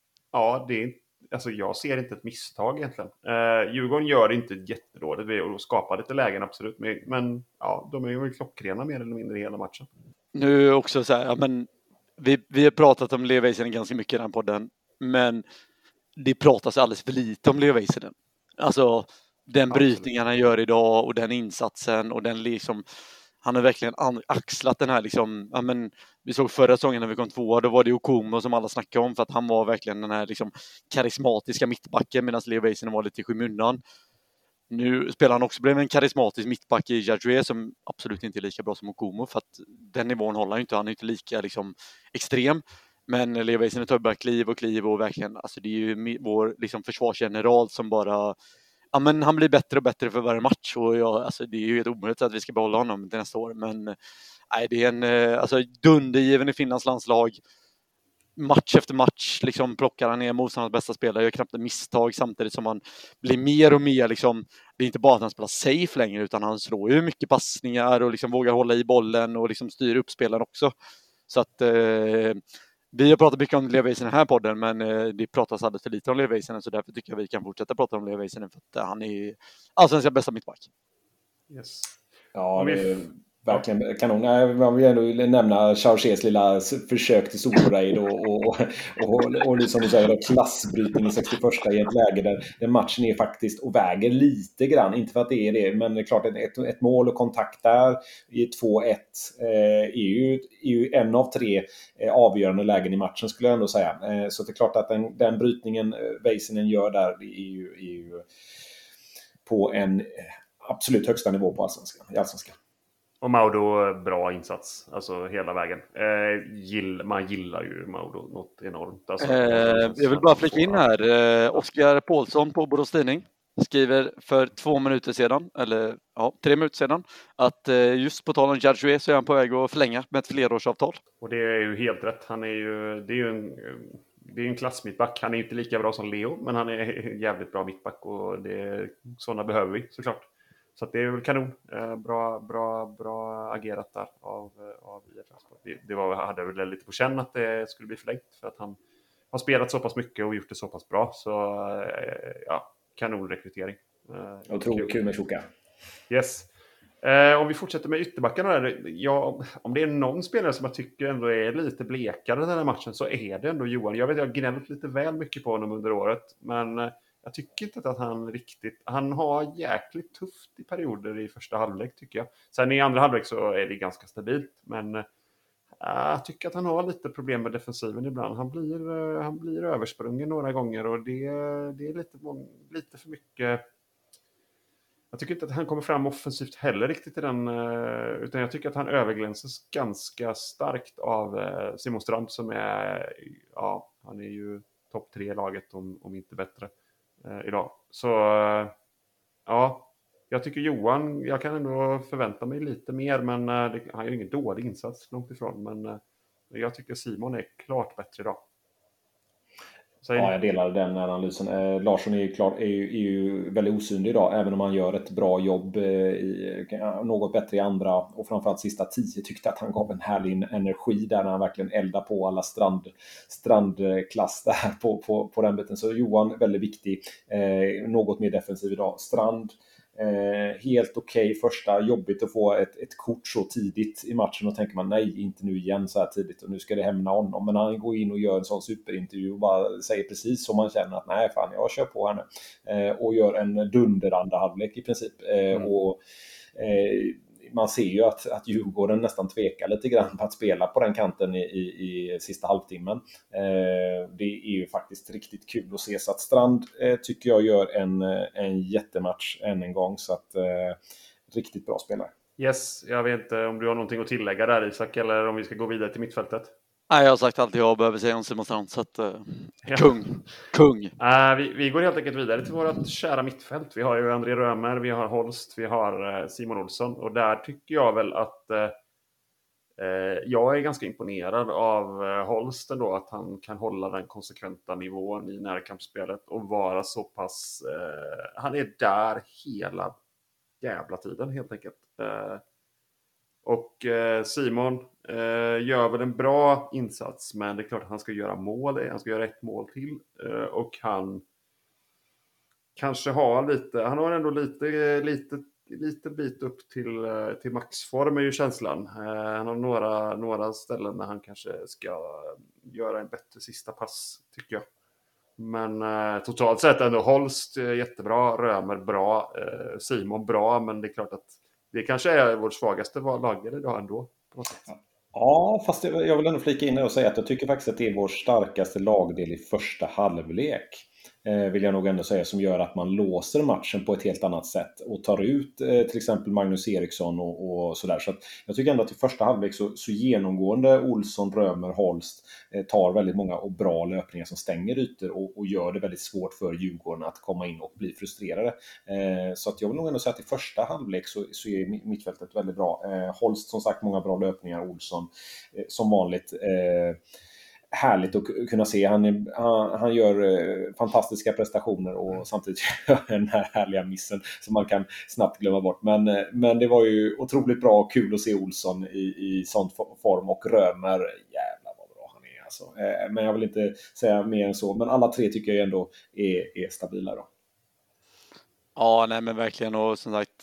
jag ser inte ett misstag egentligen. Djurgården gör inte jättedåligt och skapar lite lägen, absolut. Men de är ju klockrena mer eller mindre i hela matchen. Nu också så här, men vi har pratat om Leo Väisänen ganska mycket i den här podden, men det pratas alldeles för lite om Leo Väisänen. Alltså den brytningen han gör idag och den insatsen och den liksom, han har verkligen axlat den här liksom, vi såg förra säsongen när vi kom 2, då var det Okomo som alla snackade om för att han var verkligen den här liksom karismatiska mittbacken, medan Leo Väisänen var lite i skymundan. Nu spelar han också bredvid en karismatisk mittback i Jajoe som absolut inte är lika bra som Okomo, för att den nivån håller han inte, han är inte lika liksom extrem. Men Leo Väisänen tar bara kliv och verkligen, alltså det är ju vår liksom försvarsgeneral som bara, han blir bättre och bättre för varje match, och det är ju helt omöjligt att vi ska behålla honom till nästa år, men det är en dundergiven i Finlands landslag. Match efter match liksom plockar han ner motståndarnas bästa spelare, gör knappt ett misstag, samtidigt som han blir mer och mer liksom, det är inte bara att han spelar safe längre, utan han slår ju mycket passningar och liksom vågar hålla i bollen och liksom styr upp spelaren också. Så att vi har pratat mycket om Leo Väisänen i den här podden, men det pratas alldeles för lite om Leo Väisänen, så därför tycker jag vi kan fortsätta prata om Leo Väisänen, för att han är allsvenskans bästa mittback. Yes. Ja, det är verkligen kanon. Man vill ändå nämna Chargés lilla försök till solraid och som du säger, klassbrytning i 61 i ett läge där matchen är faktiskt och väger lite grann. Inte för att det är det, men det är klart ett mål och kontakt där i 2-1 är ju en av 3 avgörande lägen i matchen, skulle jag ändå säga. Så det är klart att den brytningen Väisänen gör där är ju på en absolut högsta nivå på allsvenskan. Och Maudo, bra insats. Alltså hela vägen. Man gillar ju Maudo något enormt. Alltså, jag vill bara flika in här. Oskar Paulsson på Borås Tidning skriver för 2 minuter sedan, eller 3 minuter sedan, att just på tal om Jajoe så är han på väg att förlänga med ett flerårsavtal. Och det är ju helt rätt. Det är ju en klassmittback. Han är inte lika bra som Leo, men han är en jävligt bra mittback, och sådana behöver vi såklart. Så att det är väl kanon. Bra agerat där av IF. Hade väl lite på känn att det skulle bli förlängt, för att han har spelat så pass mycket och gjort det så pass bra. Så kanonrekrytering. Otroligt kul med Tjoka. Yes. Om vi fortsätter med ytterbackarna där. Ja, om det är någon spelare som jag tycker ändå är lite blekare den här matchen så är det ändå Johan. Jag vet jag har gnällt lite väl mycket på honom under året. Men jag tycker inte att han riktigt... Han har jäkligt tufft i perioder i första halvlek tycker jag. Sen i andra halvlek så är det ganska stabilt. Men jag tycker att han har lite problem med defensiven ibland. Han blir översprungen några gånger och det är lite för mycket... Jag tycker inte att han kommer fram offensivt heller riktigt i den, utan jag tycker att han överglänses ganska starkt av Simon Strand som är, ja, han är ju topp 3 i laget om inte bättre idag. Så ja, jag tycker Johan, jag kan ändå förvänta mig lite mer, men han är ingen dålig insats långt ifrån, men jag tycker Simon är klart bättre idag. Ja, jag delar den analysen. Larsson är ju väldigt osynlig idag, även om han gör ett bra jobb, något bättre i andra och framförallt sista 10 tyckte att han gav en härlig energi där när han verkligen eldar på alla strandklass där på den biten. Så Johan väldigt viktig, något mer defensiv idag. Strand helt okej. Första, jobbigt att få ett kort så tidigt i matchen och tänker man nej, inte nu igen så här tidigt och nu ska det hämna honom. Men han går in och gör en sån superintervju och bara säger precis som man känner att nej fan, jag kör på här nu. Och gör en dunderande halvlek i princip. Man ser ju att Djurgården nästan tvekar lite grann på att spela på den kanten i sista halvtimmen. Det är ju faktiskt riktigt kul att se. Så att Strand tycker jag gör en jättematch än en gång. Så att riktigt bra spelare. Yes, jag vet inte om du har någonting att tillägga där Isak, eller om vi ska gå vidare till mittfältet. Nej, jag har sagt allt jag behöver säga om Simon Strand, så att kung. Vi går helt enkelt vidare till vårt kära mittfält. Vi har ju André Römer, vi har Holst, vi har Simon Olsson. Och där tycker jag väl att jag är ganska imponerad av Holst ändå, att han kan hålla den konsekventa nivån i närkampsspelet och vara så pass... han är där hela jävla tiden helt enkelt. Och Simon gör väl en bra insats, men det är klart att han ska göra mål. Han ska göra ett mål till. Och han kanske har lite... Han har ändå lite bit upp till maxform är ju känslan. Han har några ställen där han kanske ska göra en bättre sista pass, tycker jag. Men totalt sett ändå Holst jättebra, Römer bra, Simon bra, men det är klart att det kanske är vårt svagaste lagare idag ändå. På något sätt. Ja, fast jag vill ändå flika in det och säga att jag tycker faktiskt att det är vår starkaste lagdel i första halvlek. Vill jag nog ändå säga, som gör att man låser matchen på ett helt annat sätt och tar ut till exempel Magnus Eriksson och sådär. Så att jag tycker ändå att i första halvlek så genomgående Olsson, Römer, Holst tar väldigt många och bra löpningar som stänger ytor och gör det väldigt svårt för Djurgården att komma in och bli frustrerade. Så att jag vill nog ändå säga att i första halvlek så är mittfältet väldigt bra. Holst som sagt många bra löpningar, Olsson som vanligt härligt att kunna se. Han gör fantastiska prestationer och samtidigt gör den här härliga missen som man kan snabbt glömma bort. Men det var ju otroligt bra och kul att se Olsson i sånt form, och Römer, jävlar vad bra han är alltså. Men jag vill inte säga mer än så. Men alla tre tycker jag ändå är stabila då. Ja, nej men verkligen, och som sagt,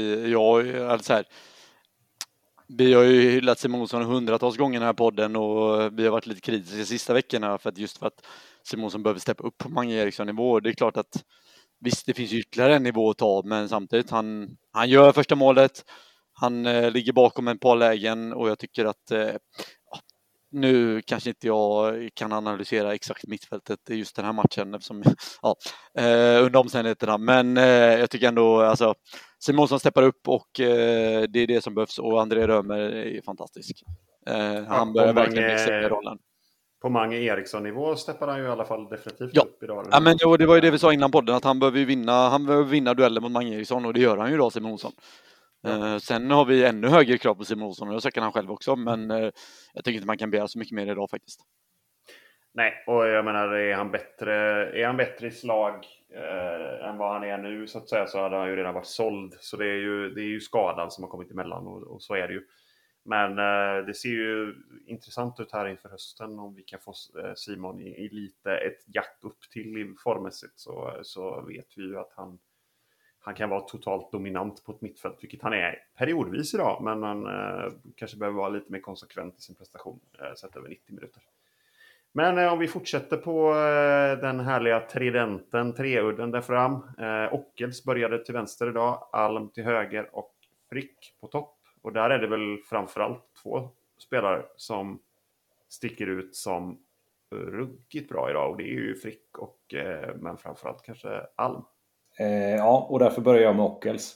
vi har ju hyllat Simon Olsson hundratals gånger i den här podden och vi har varit lite kritiska de sista veckorna för att Simon Olsson behöver steppa upp på Mange Eriksson-nivå. Det är klart att visst, det finns ytterligare en nivå att ta, men samtidigt han gör första målet, han ligger bakom ett par lägen och jag tycker att nu kanske inte jag kan analysera exakt mittfältet i just den här matchen eftersom, under omständigheterna, men jag tycker ändå alltså Simonsson steppar upp och det är det som behövs, och André Römer är fantastisk. Han börjar verkligen växa i rollen. På Mange Eriksson-nivå steppar han ju i alla fall definitivt upp idag. Ja, men det var ju det vi sa innan podden, att han behöver vinna duellen mot Mange Eriksson, och det gör han ju idag, Simon Olsson. Sen har vi ännu högre krav på Simon Olsson, och jag söker han själv också, men jag tycker inte man kan begära så mycket mer idag faktiskt. Nej, och jag menar, är han bättre i slag än vad han är nu så att säga, så hade han ju redan varit såld. Så det är ju skadan som har kommit emellan, och så är det ju. Men det ser ju intressant ut här inför hösten om vi kan få Simon i lite ett jack upp till formmässigt, så vet vi ju att han kan vara totalt dominant på ett mittfält, vilket han är periodvis idag. Men han kanske behöver vara lite mer konsekvent i sin prestation sett över 90 minuter. Men om vi fortsätter på den härliga tridenten, treudden där fram. Ockels började till vänster idag, Alm till höger och Frick på topp. Och där är det väl framförallt 2 spelare som sticker ut som ruggigt bra idag. Och det är ju Frick och men framförallt kanske Alm. Ja, och därför börjar jag med Ockels.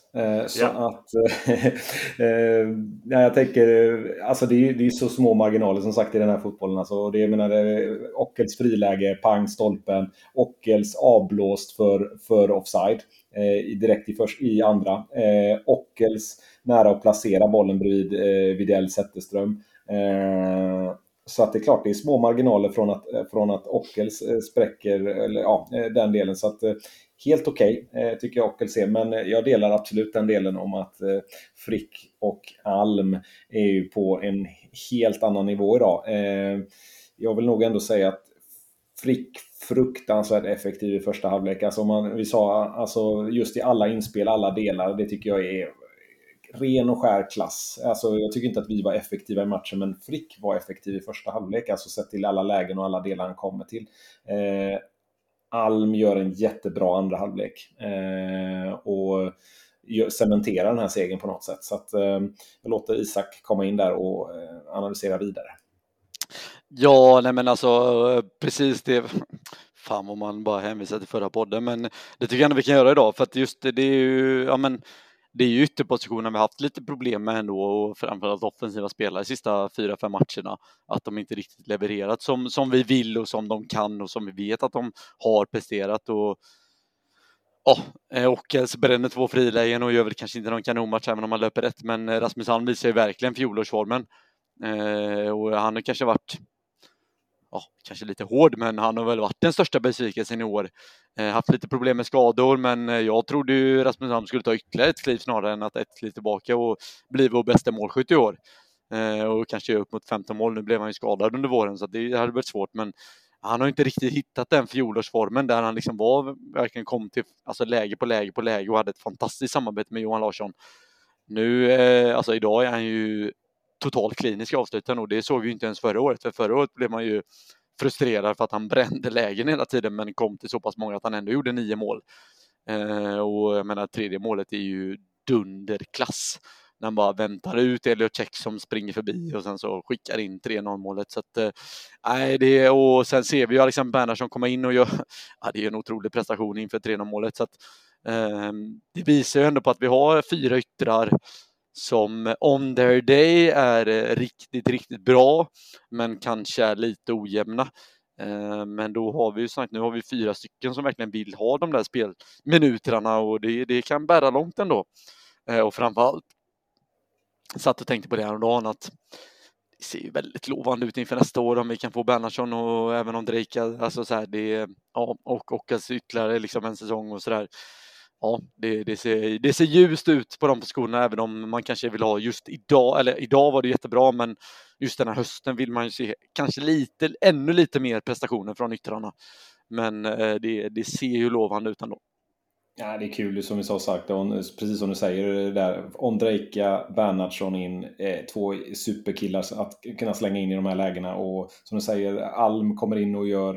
Jag tänker, alltså det är så små marginaler som sagt i den här fotbollen. Alltså, det, jag menar, Ockels friläge, pang, stolpen. Ockels avblåst för offside direkt i andra. Ockels nära att placera bollen bredvid Widell Zetterström. Så att det är klart, det är små marginaler från att Ockels spräcker den delen. Så att helt okej, tycker jag Ockels är. Men jag delar absolut den delen om att Frick och Alm är ju på en helt annan nivå idag. Jag vill nog ändå säga att Frick fruktansvärt effektiv i första halvlek. Alltså just i alla inspel, alla delar, det tycker jag är ren och skär klass. Alltså, jag tycker inte att vi var effektiva i matchen, men Frick var effektiv i första halvlek, alltså sett till alla lägen och alla delar han kommer till. Alm gör en jättebra andra halvlek och cementerar den här segern på något sätt. Så att jag låter Isak komma in där och analysera vidare. Ja, nej men alltså precis det. Fan om man bara hänvisar till förra podden, men det tycker jag ändå vi kan göra idag, för att just det är ju, det är ju ytterpositionen vi har haft lite problem med ändå, och framförallt offensiva spelare de sista 4-5 matcherna, att de inte riktigt levererat som vi vill och som de kan och som vi vet att de har presterat. Och Ockels bränner 2 frilägen och gör väl kanske inte någon kanonmatch även om man löper rätt, men Rasmus Alm visar ju verkligen fjolårsformen, och han har kanske varit kanske lite hård, men han har väl varit den största besvikelsen i år. Haft lite problem med skador, men jag trodde ju Rasmus Alm skulle ta ytterligare ett kliv snarare än att ett kliv tillbaka och bli vår bästa målskytt i år. Och kanske upp mot 15 mål. Nu blev han ju skadad under våren, så det hade varit svårt, men han har inte riktigt hittat den fjolårsformen där han liksom verkligen kom till läge på läge och hade ett fantastiskt samarbete med Johan Larsson. Nu, idag är han ju totalt klinisk i avsluten, och det såg vi ju inte ens förra året. För förra året blev man ju frustrerad för att han brände lägen hela tiden, men kom till så pass många att han ändå gjorde 9 mål. Och jag menar, 3:e målet är ju dunderklass. När han bara väntar ut Elliot Check som springer förbi och sen så skickar in 3-0 målet. Så att, och sen ser vi ju Alexander Bernhardsson komma in och det är en otrolig prestation inför 3-0 målet. Så att, det visar ju ändå på att vi har 4 yttrar som on their day är riktigt, riktigt bra, men kanske är lite ojämna. Men då har vi ju sagt, nu har vi 4 stycken som verkligen vill ha de där spelminuterna, och det kan bära långt ändå. Och framförallt satt och tänkte på det här om dagen, att det ser ju väldigt lovande ut inför nästa år om vi kan få Bernhardsson och även om Drake, alltså så här, och alltså ytterligare liksom en säsong och sådär. Ja, det ser ljust ut på de positionerna, även om man kanske vill ha just idag, eller idag var det jättebra, men just den här hösten vill man ju se kanske ännu lite mer prestationer från yttrarna. Men det ser ju lovande ut ändå. Ja, det är kul som vi sa sagt, precis som du säger där, Ondrejka, Bernhardsson in, 2 superkillar att kunna slänga in i de här lägena, och som du säger, Alm kommer in och gör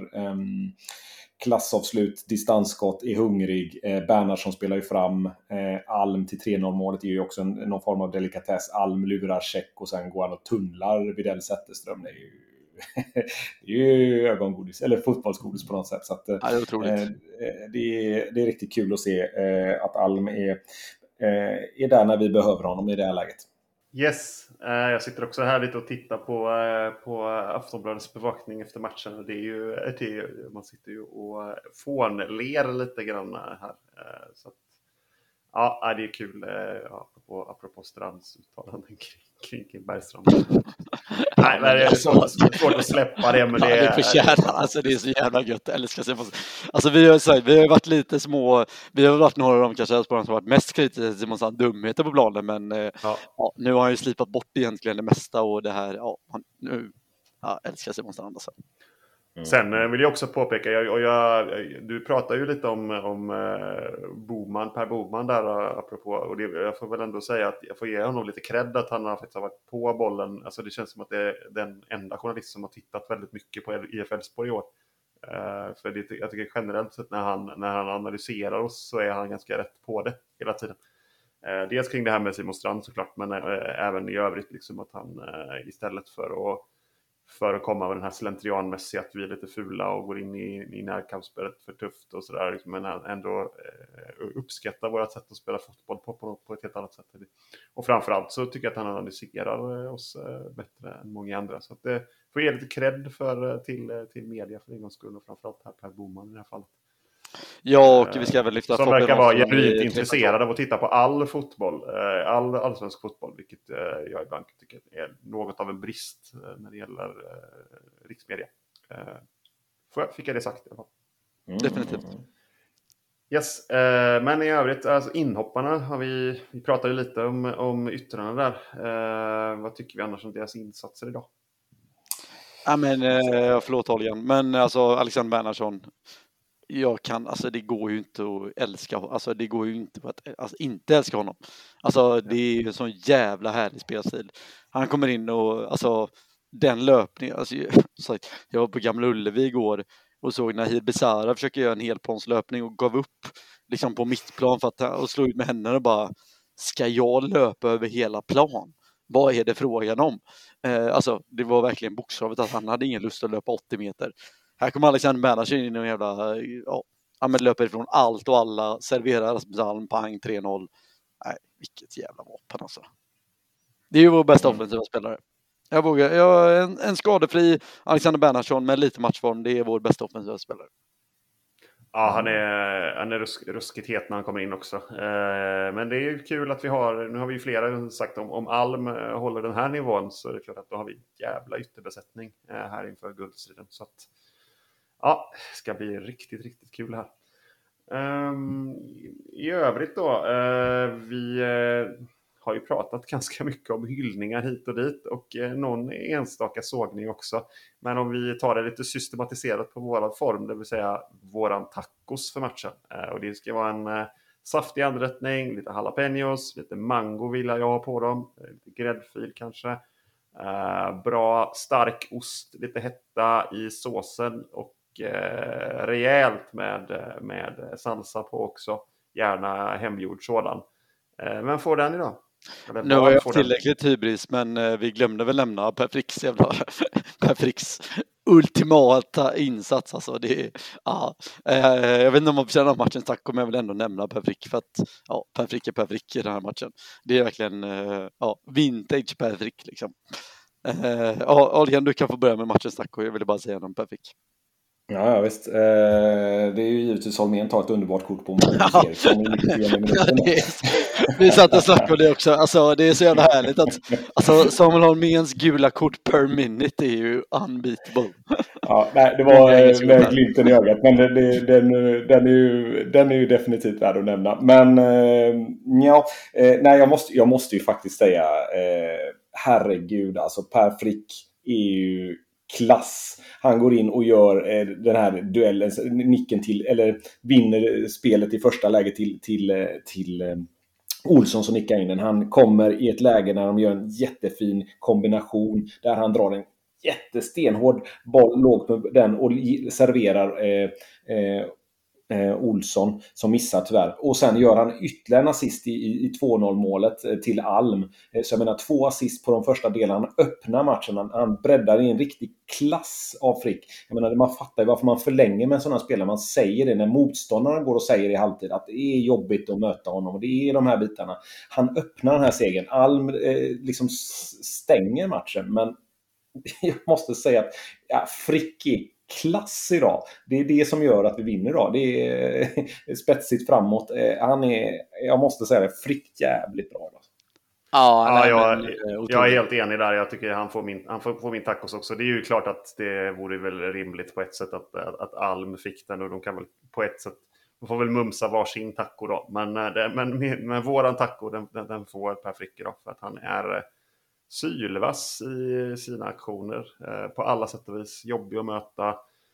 klassavslut, distansskott, är hungrig. Bernhardsson spelar ju fram. Alm till 3-0 målet är ju också någon form av delikatess. Alm lurar check och sen går han och tunnlar Widell Zetterström. Det är ju det är ju ögongodis, eller fotbollsgodis på något sätt. Så att, det är otroligt. Det är riktigt kul att se att Alm är där när vi behöver honom i det här läget. Yes, jag sitter också här lite och tittar på Aftonbladets bevakning efter matchen. Det är ju, man sitter ju och fånler lite grann här. Så att, ja, det är kul apropå Strands uttalanden kring Bergstrand. Nej, men det är svårt att släppa det, men det förtjänar, alltså det är så jävla gött. Alltså vi har varit lite små, vi har varit några av de kanske som har varit mest kritiska till Simon Sand dumheter på planen, men nu har han ju slipat bort egentligen det mesta, och det här, nu älskar Simon Strand alltså. Sen vill jag också påpeka, du pratar ju lite om Per Boman där apropå, och jag får väl ändå säga att jag får ge honom lite cred att han faktiskt har varit på bollen. Alltså det känns som att det är den enda journalist som har tittat väldigt mycket på IF Elfsborg i år. För jag tycker generellt sett när han analyserar oss så är han ganska rätt på det hela tiden. Dels kring det här med Simon Strand såklart, men även i övrigt liksom att han istället för att komma med den här slentrianmässiga att vi är lite fula och går in i närkampsspelet för tufft och sådär, liksom, men ändå uppskattar vårt sätt att spela fotboll på ett helt annat sätt. Och framförallt så tycker jag att han analyserar oss bättre än många andra, så att det får ge lite cred till media för en gångs skull, och framförallt här Per Boman i det här fallet. Ja, och vi ska väl lyfta som verkar vara genuint intresserad av att titta på all fotboll, all allsvensk fotboll, vilket jag ibland tycker är något av en brist när det gäller riksmedia. Fick jag det sagt i alla fall. Definitivt. Yes, men i övrigt, alltså inhopparna har vi pratade lite om yttrarna där. Vad tycker vi annars om deras insatser idag? Ja, men förlåt Holgen, men alltså Alexander Bernhardsson, det går ju inte att älska, alltså det går ju inte att inte älska honom. Alltså det är ju en sån jävla härlig spelstil. Han kommer in och alltså den löpningen, alltså jag var på Gamla Ullevi igår och såg när Nahir Besara försöker göra en helplanslöpning och gav upp liksom på mittplan och slå ut med händerna och bara, ska jag löpa över hela plan? Vad är det frågan om? Alltså det var verkligen bokstavligt att han hade ingen lust att löpa 80 meter. Här kommer Alexander Bernhardsson in och jävla löper ifrån allt och alla, serverar Rasmus Alm, pang, 3-0. Nej, vilket jävla vapen alltså. Det är ju vår bästa offensiva spelare. En skadefri Alexander Bernhardsson med lite matchform, det är vår bästa offensiva spelare. Ja, han är ruskigt het när han kommer in också. Men det är ju kul att nu har vi ju flera sagt om Alm håller den här nivån, så är det klart att då har vi jävla ytterbesättning här inför guldstriden. Så att ja, det ska bli riktigt, riktigt kul här. I övrigt då, vi har ju pratat ganska mycket om hyllningar hit och dit och någon enstaka sågning också. Men om vi tar det lite systematiserat på våran form, det vill säga våran tacos för matchen. Och det ska vara en saftig anrättning, lite jalapenos, lite mango vill jag ha på dem, lite gräddfil kanske. Bra stark ost, lite hetta i såsen och rejält med salsa på också. Gärna hemgjord sådan. Men får den idag? Nu har jag tillräckligt hybris, men vi glömde väl nämna Per Fricks ultimata insats. Alltså jag vet inte om man förtjänar matchens tack, men jag vill ändå nämna Per Frick, för att Per Frick är Per Frick i den här matchen. Det är verkligen vintage Per Frick liksom. Adrian, du kan få börja med matchens tack, och jag ville bara säga något om Per Frick. Ja, visst. Det är ju givetvis Holmén tar ett underbart kort på Magnus Eriksson i 90 minuter. Vi satt och snackade om det också. Alltså, det är så jävla härligt att Samuel Holméns gula kort per minute är ju unbeatable. Ja, nej, det var med glimten i ögat, men den är ju definitivt värd att nämna. Men jag måste ju faktiskt säga herregud, alltså Per Frick är ju klass. Han går in och gör den här duellen, nicken till, eller vinner spelet i första läget till Olsson som nickar in den. Han kommer i ett läge när de gör en jättefin kombination där han drar en jättestenhård boll lågt med den och serverar Olsson som missar tyvärr. Och sen gör han ytterligare en assist i 2-0 målet till Alm. Så jag menar 2 assist på de första delarna. Han öppnar matchen. Han breddar i en riktig klass av Frick. Jag menar, man fattar ju varför man förlänger med en sån här spelare. Man säger det när motståndarna går och säger i halvtid att det är jobbigt att möta honom. Och det är de här bitarna. Han öppnar den här segern. Alm liksom stänger matchen. Men jag måste säga att Frick är klass idag. Det är det som gör att vi vinner idag. Det är spetsigt framåt. Jag måste säga det, Frick jävligt bra idag. Jag är helt enig där. Jag tycker han får min tacos också. Det är ju klart att det vore väl rimligt på ett sätt att Alm fick den, och de kan väl på ett sätt, de får väl mumsa varsin taco då. Men våran taco den får Per Frick idag, för att han är sylvass i sina aktioner på alla sätt och vis. Jobbig att möta,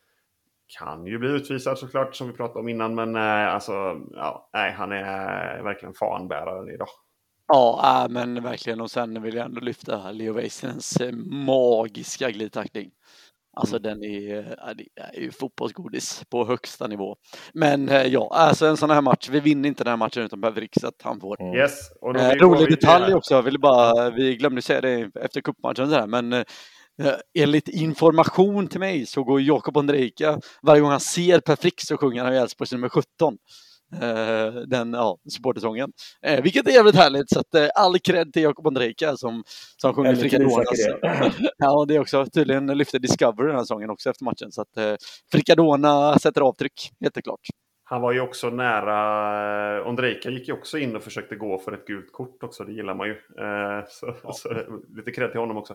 kan ju bli utvisad såklart, som vi pratade om innan. Men han är verkligen fanbäraren idag. Ja, men verkligen. Och sen vill jag ändå lyfta Leo Väisänens magiska glidtackling. Alltså den är ju fotbollsgodis på högsta nivå. Men alltså en sån här match, vi vinner inte den här matchen utan behöver riktigt han får. Yes. Och rolig detalj också, vi glömde säga det efter cupmatchen så här, men enligt information till mig så går Jakob Ondrejka, varje gång han ser Per Frick så sjunger han Elfsborgs nummer 17. Supportersången. Vilket är jävligt härligt, så att all cred till Jakob Ondrejka som sjunger Frickadonas. Ja, det är också tydligen lyfter Discovery den här sången också efter matchen, så att Frickadona sätter avtryck, jätteklart. Han var ju också nära, Ondrejka gick ju också in och försökte gå för ett gult kort också, det gillar man ju. Så lite cred till honom också.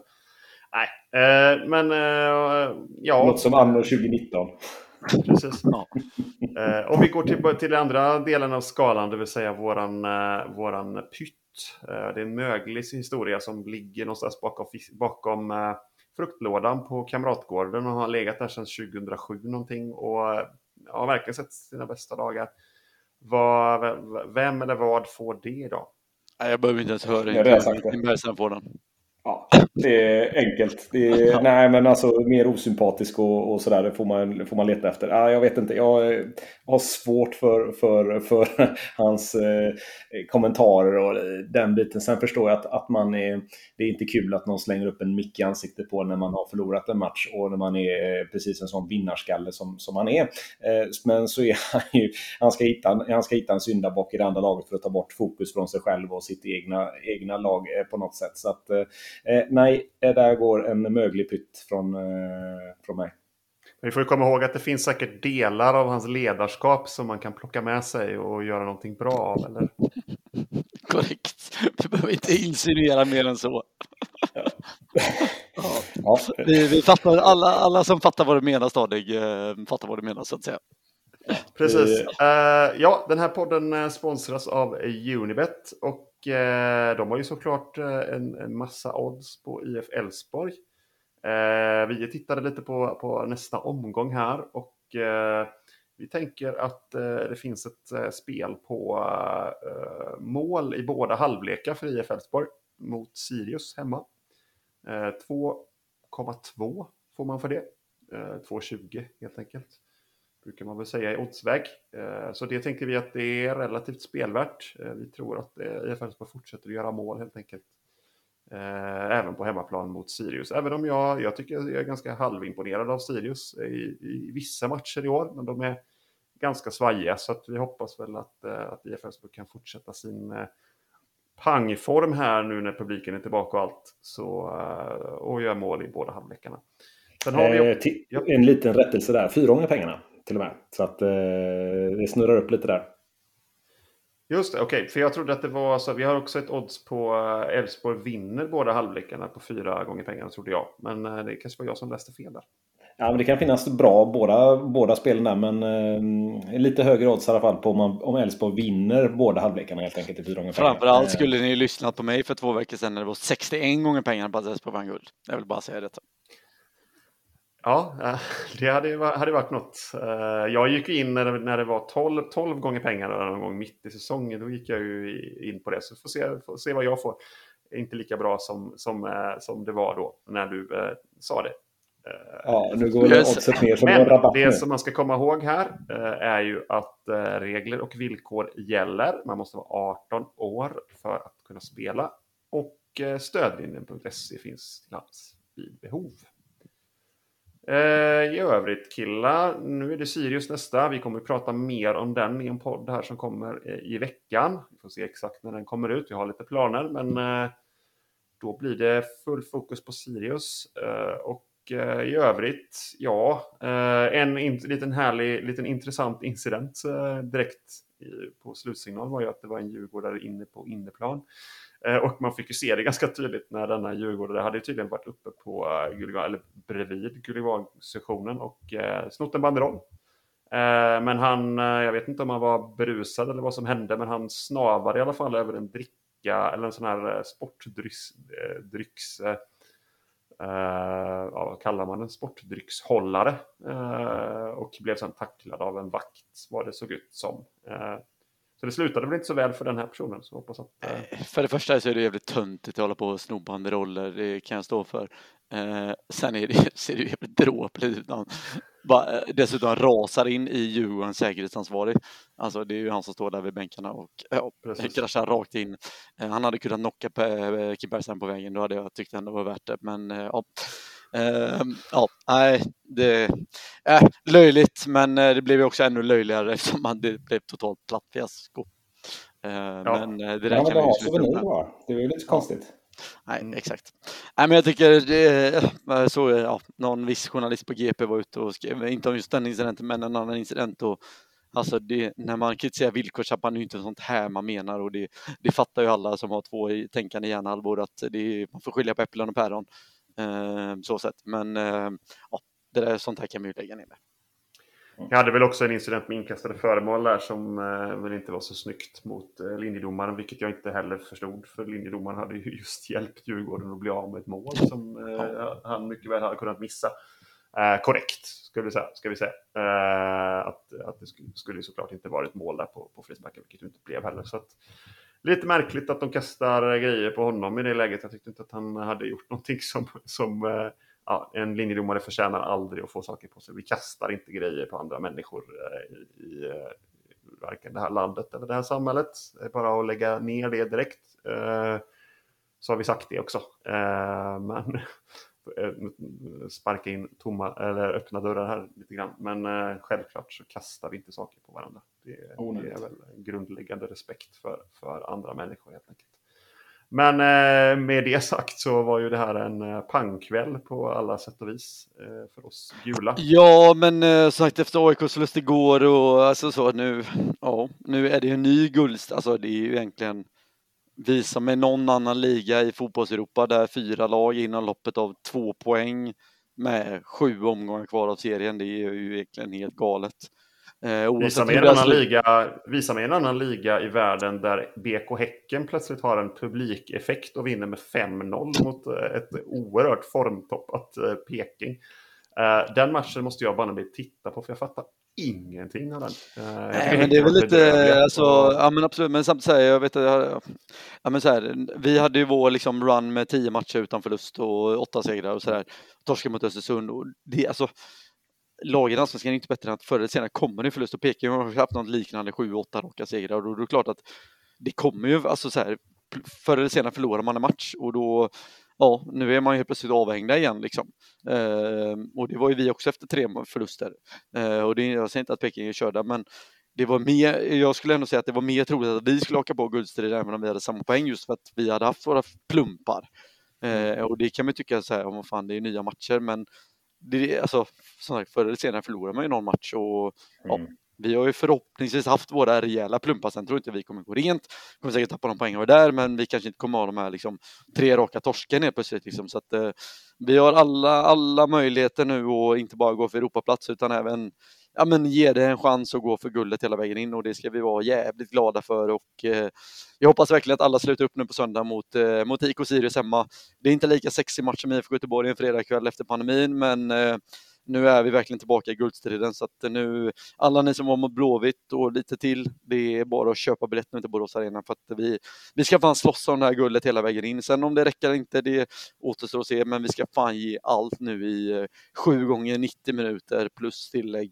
Något som anno 2019. Precis. Om vi går till den andra delen av skalan, det vill säga våran pytt. Det är en möglig historia som ligger någonstans bakom fruktlådan på Kamratgården och har legat där sedan 2007 någonting och har verkligen sett sina bästa dagar. Vem eller vad får det idag? Jag behöver inte ens höra det. Får den. Ja, det är enkelt. Nej, men alltså mer osympatisk och sådär, det får man leta efter. Jag vet inte, jag har svårt för hans kommentarer och den biten. Sen förstår jag att det är inte kul att någon slänger upp en mick i ansiktet på när man har förlorat en match och när man är precis en sån vinnarskalle som han är. Men så är han ju, han ska hitta en syndabock i det andra laget för att ta bort fokus från sig själv och sitt egna lag på något sätt. Så att nej, där går en möglig pytt från mig. Vi får komma ihåg att det finns säkert delar av hans ledarskap som man kan plocka med sig och göra någonting bra av, eller? Korrekt. Vi behöver inte insinuera mer än så. Ja. Vi fattar, alla som fattar vad du menar, Stadig, fattar vad du menar, så att säga. Precis. Den här podden sponsras av Unibet och de har ju såklart en massa odds på IF Elfsborg. Vi tittade lite på nästa omgång här och vi tänker att det finns ett spel på mål i båda halvlekar för IF Elfsborg mot Sirius hemma. 2,2 får man för det. 2,20 helt enkelt. Brukar man väl säga i oddsväg. Så det tänker vi att det är relativt spelvärt. Vi tror att IF Elfsborg fortsätter att göra mål helt enkelt. Även på hemmaplan mot Sirius. Även om jag tycker jag är ganska halvimponerad av Sirius i vissa matcher i år. Men de är ganska svajiga. Så att vi hoppas väl att IF Elfsborg kan fortsätta sin pangform här nu när publiken är tillbaka och allt. Och gör mål i båda halvlekarna. Sen har vi en liten rättelse där. 4 gånger pengarna till och med. Så att det snurrar upp lite där. Just det, okej. För jag trodde att det var så. Vi har också ett odds på Elfsborg vinner båda halvlekarna på 4 gånger pengarna, trodde jag. Men det kanske var jag som läste fel där. Ja, men det kan finnas bra båda spelen där, men lite högre odds i alla fall på om Elfsborg vinner båda halvlekarna helt enkelt i 4 gånger pengarna. Framförallt skulle ni lyssnat på mig för 2 veckor sedan när det var 61 gånger pengarna på att Elfsborg vann guld. Jag vill bara säga detta. Ja, det hade varit något. Jag gick in när det var 12 gånger pengarna någon gång mitt i säsongen. Då gick jag ju in på det. Så får se vad jag får. Inte lika bra som det var då när du sa det. Ja, nu går det oddset ner som en rabatt. Det som man ska komma ihåg här är ju att regler och villkor gäller. Man måste vara 18 år för att kunna spela. Och stödlinjen.se finns till hands vid behov. I övrigt killar, nu är det Sirius nästa. Vi kommer att prata mer om den i en podd här som kommer i veckan. Vi får se exakt när den kommer ut. Vi har lite planer, men då blir det full fokus på Sirius. Och i övrigt, en liten intressant incident direkt på slutsignal var ju att det var en djurgårdare inne på inneplan. Och man fick ju se det ganska tydligt när denna djurgårdare hade tydligen varit uppe på bredvid Gullivag-sessionen och snott en banderoll. Men jag vet inte om han var berusad eller vad som hände, men han snavade i alla fall över en dricka eller en sån här sportdrycks vad kallar man en sportdryckshållare, och blev sedan tacklad av en vakt, vad det såg ut som. Så det slutade väl inte så väl för den här personen, så hoppas att... För det första så är det jävligt töntigt att hålla på och sno banderoller, det kan jag stå för. Sen ser det jävligt dråpligt ut. Dessutom rasar in i Djurgårdens säkerhetsansvarig. Alltså det är ju han som står där vid bänkarna och kraschar rakt in. Han hade kunnat knocka Kim Bergström på vägen, då hade jag tyckt ändå var värt det. Men nej, det är löjligt, men det blev ju också ännu löjligare eftersom det blev totalt platt fiasko. Men det där kan vi ju sluta med. Det är ju lite konstigt. Nej, exakt. Nej, men jag tycker så någon viss journalist på GP var ute och skrev, inte om just den incidenten, men en annan incident, och alltså när man kritiserar villkorstrappan är ju inte sånt här man menar, och det fattar ju alla som har två tänkande hjärnhalvor att man får skilja på äpplen och päron, så sätt. Men det där, sånt här kan man ju lägga ner med. Jag hade väl också en incident med inkastade föremål där som väl inte var så snyggt mot linjedomaren, vilket jag inte heller förstod, för linjedomaren hade ju just hjälpt Djurgården att bli av med ett mål som han mycket väl hade kunnat missa. Korrekt, ska vi säga. Att det skulle såklart inte varit mål där på frisparken, vilket det inte blev heller. Så att, lite märkligt att de kastar grejer på honom i det läget. Jag tyckte inte att han hade gjort någonting som en linjedomare förtjänar aldrig att få saker på sig. Vi kastar inte grejer på andra människor i varken det här landet eller det här samhället. Det är bara att lägga ner det direkt. Så har vi sagt det också. Men sparka in tomma eller öppna dörrar här lite grann. Men självklart så kastar vi inte saker på varandra. Det är väl en grundläggande respekt för andra människor helt enkelt. Men med det sagt så var ju det här en pangkväll på alla sätt och vis för oss gula. Ja, men sagt efter AIKs förlust igår och alltså så nu är det ju en ny guldst. Alltså det är ju egentligen vi som är någon annan liga i fotbolls-Europa där 4 lag innan loppet av 2 poäng med 7 omgångar kvar av serien. Det är ju egentligen helt galet. Visa mig en annan liga i världen där BK Häcken plötsligt har en publikeffekt och vinner med 5-0 mot ett oerhört formtoppat Peking. Den matchen måste jag bara titta på, för jag fattar ingenting av den. Men det är väl lite, men absolut, men samtidigt säger jag vet men så här, vi hade ju vår liksom run med 10 matcher utan förlust och 8 segrar och så där. Torska mot Östersund, och det alltså lagen är inte bättre än att förr eller senare kommer det förlust, och Peking har haft något liknande 7-8 raka segrar, och då är det klart att det kommer ju, alltså så här, förr eller senare förlorar man en match, och då nu är man ju plötsligt avhängda igen liksom. Och det var ju vi också efter 3 förluster. Och jag säger inte att Peking är körda, men det var mer, jag skulle ändå säga att det var mer troligt att vi skulle åka på guldstrid även om vi hade samma poäng, just för att vi hade haft våra plumpar. Och det kan man tycka så här, fan, det är nya matcher, men det, alltså, förr eller senare förlorar man ju någon match, och vi har ju förhoppningsvis haft våra rejäla plumpar. Sen tror inte vi kommer gå rent. Vi kommer säkert tappa någon poäng över där, men vi kanske inte kommer ha de här liksom 3 raka torsken ner plötsligt liksom. Så att vi har alla möjligheter nu, och inte bara gå för Europaplats utan även ge det en chans att gå för guldet hela vägen in, och det ska vi vara jävligt glada för. Och jag hoppas verkligen att alla slutar upp nu på söndag mot IK Sirius hemma. Det är inte lika sexig match som IFK Göteborg en fredagkväll efter pandemin, men nu är vi verkligen tillbaka i guldstriden, så att nu alla ni som var mot Blåvitt och lite till, det är bara att köpa biljett nu till Borås Arena, för att vi ska fan slåss om det här guldet hela vägen in. Sen om det räcker inte, det återstår att se, men vi ska fan ge allt nu i 7 gånger 90 minuter plus tillägg.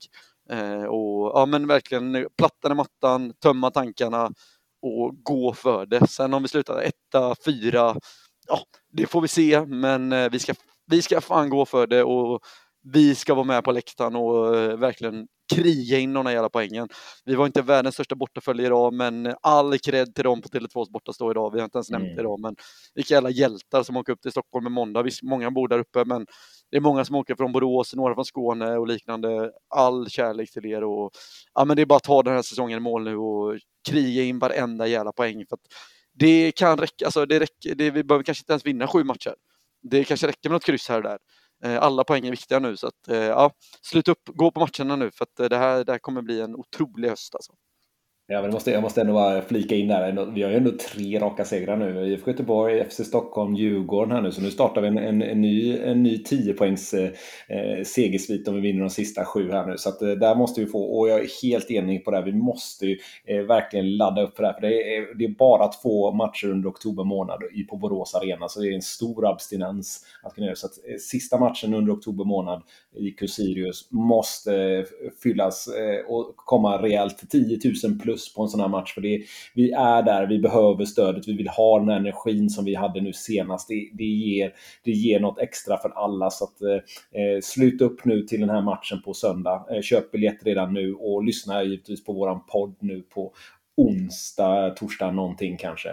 Och men verkligen plattan i mattan, tömma tankarna och gå för det. Sen om vi slutar 1-4, det får vi se, men vi ska fan gå för det, och vi ska vara med på läktaren och verkligen kriga in de här jävla poängen. Vi var inte världens största bortafölje idag, men all cred till dem på Tele2s bortastå idag. Vi har inte ens nämnt idag, men vilka jävla hjältar som åker upp till Stockholm med måndag. Visst, många bor där uppe, men det är många som åker från Borås, några från Skåne och liknande. All kärlek till er, och men det är bara att ta den här säsongen i mål nu och kriga in varenda jävla poäng, för att det kan räcka. Alltså vi behöver kanske inte ens vinna 7 matcher. Det kanske räcker med något kryss här och där. Alla poäng är viktiga nu, så att slut upp, gå på matcherna nu, för att det här kommer bli en otrolig höst alltså. Ja, men jag måste ändå bara flika in där. Vi har ju ändå 3 raka segrar nu. IFK Göteborg, FC Stockholm, Djurgården här nu. Så nu startar vi en ny 10-poängs segersvit om vi vinner de sista 7 här nu. Så att där måste vi få, och jag är helt enig på det här. Vi måste ju verkligen ladda upp för det här. För det är bara 2 matcher under oktober månad på Borås Arena. Så det är en stor abstinens att kunna göra. Så att sista matchen under oktober månad i Q-Sirius måste fyllas och komma rejält 10 000 plus på en sån här match, för vi är där, vi behöver stödet, vi vill ha den energin som vi hade nu senast. Det ger något extra för alla, så att sluta upp nu till den här matchen på söndag. Köp biljett redan nu och lyssna givetvis på våran podd nu på onsdag, torsdag någonting kanske.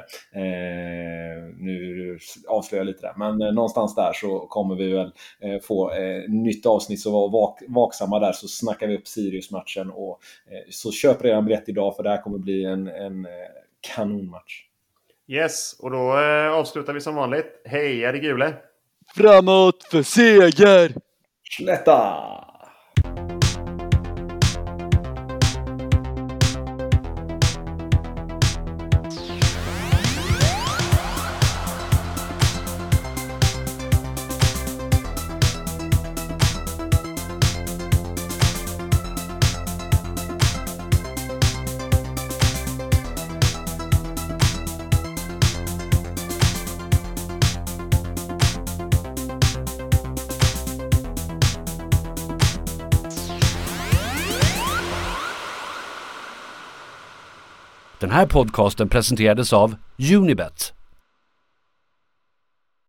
Nu avslöjar jag lite där, men någonstans där så kommer vi väl få nytt avsnitt, så var vaksamma där, så snackar vi upp Sirius-matchen, och så köp redan biljett idag, för det här kommer bli en kanonmatch. Yes, och då avslutar vi som vanligt. Hej, är det Gule? Framåt för seger! Slätta! Den här podcasten presenterades av Unibet,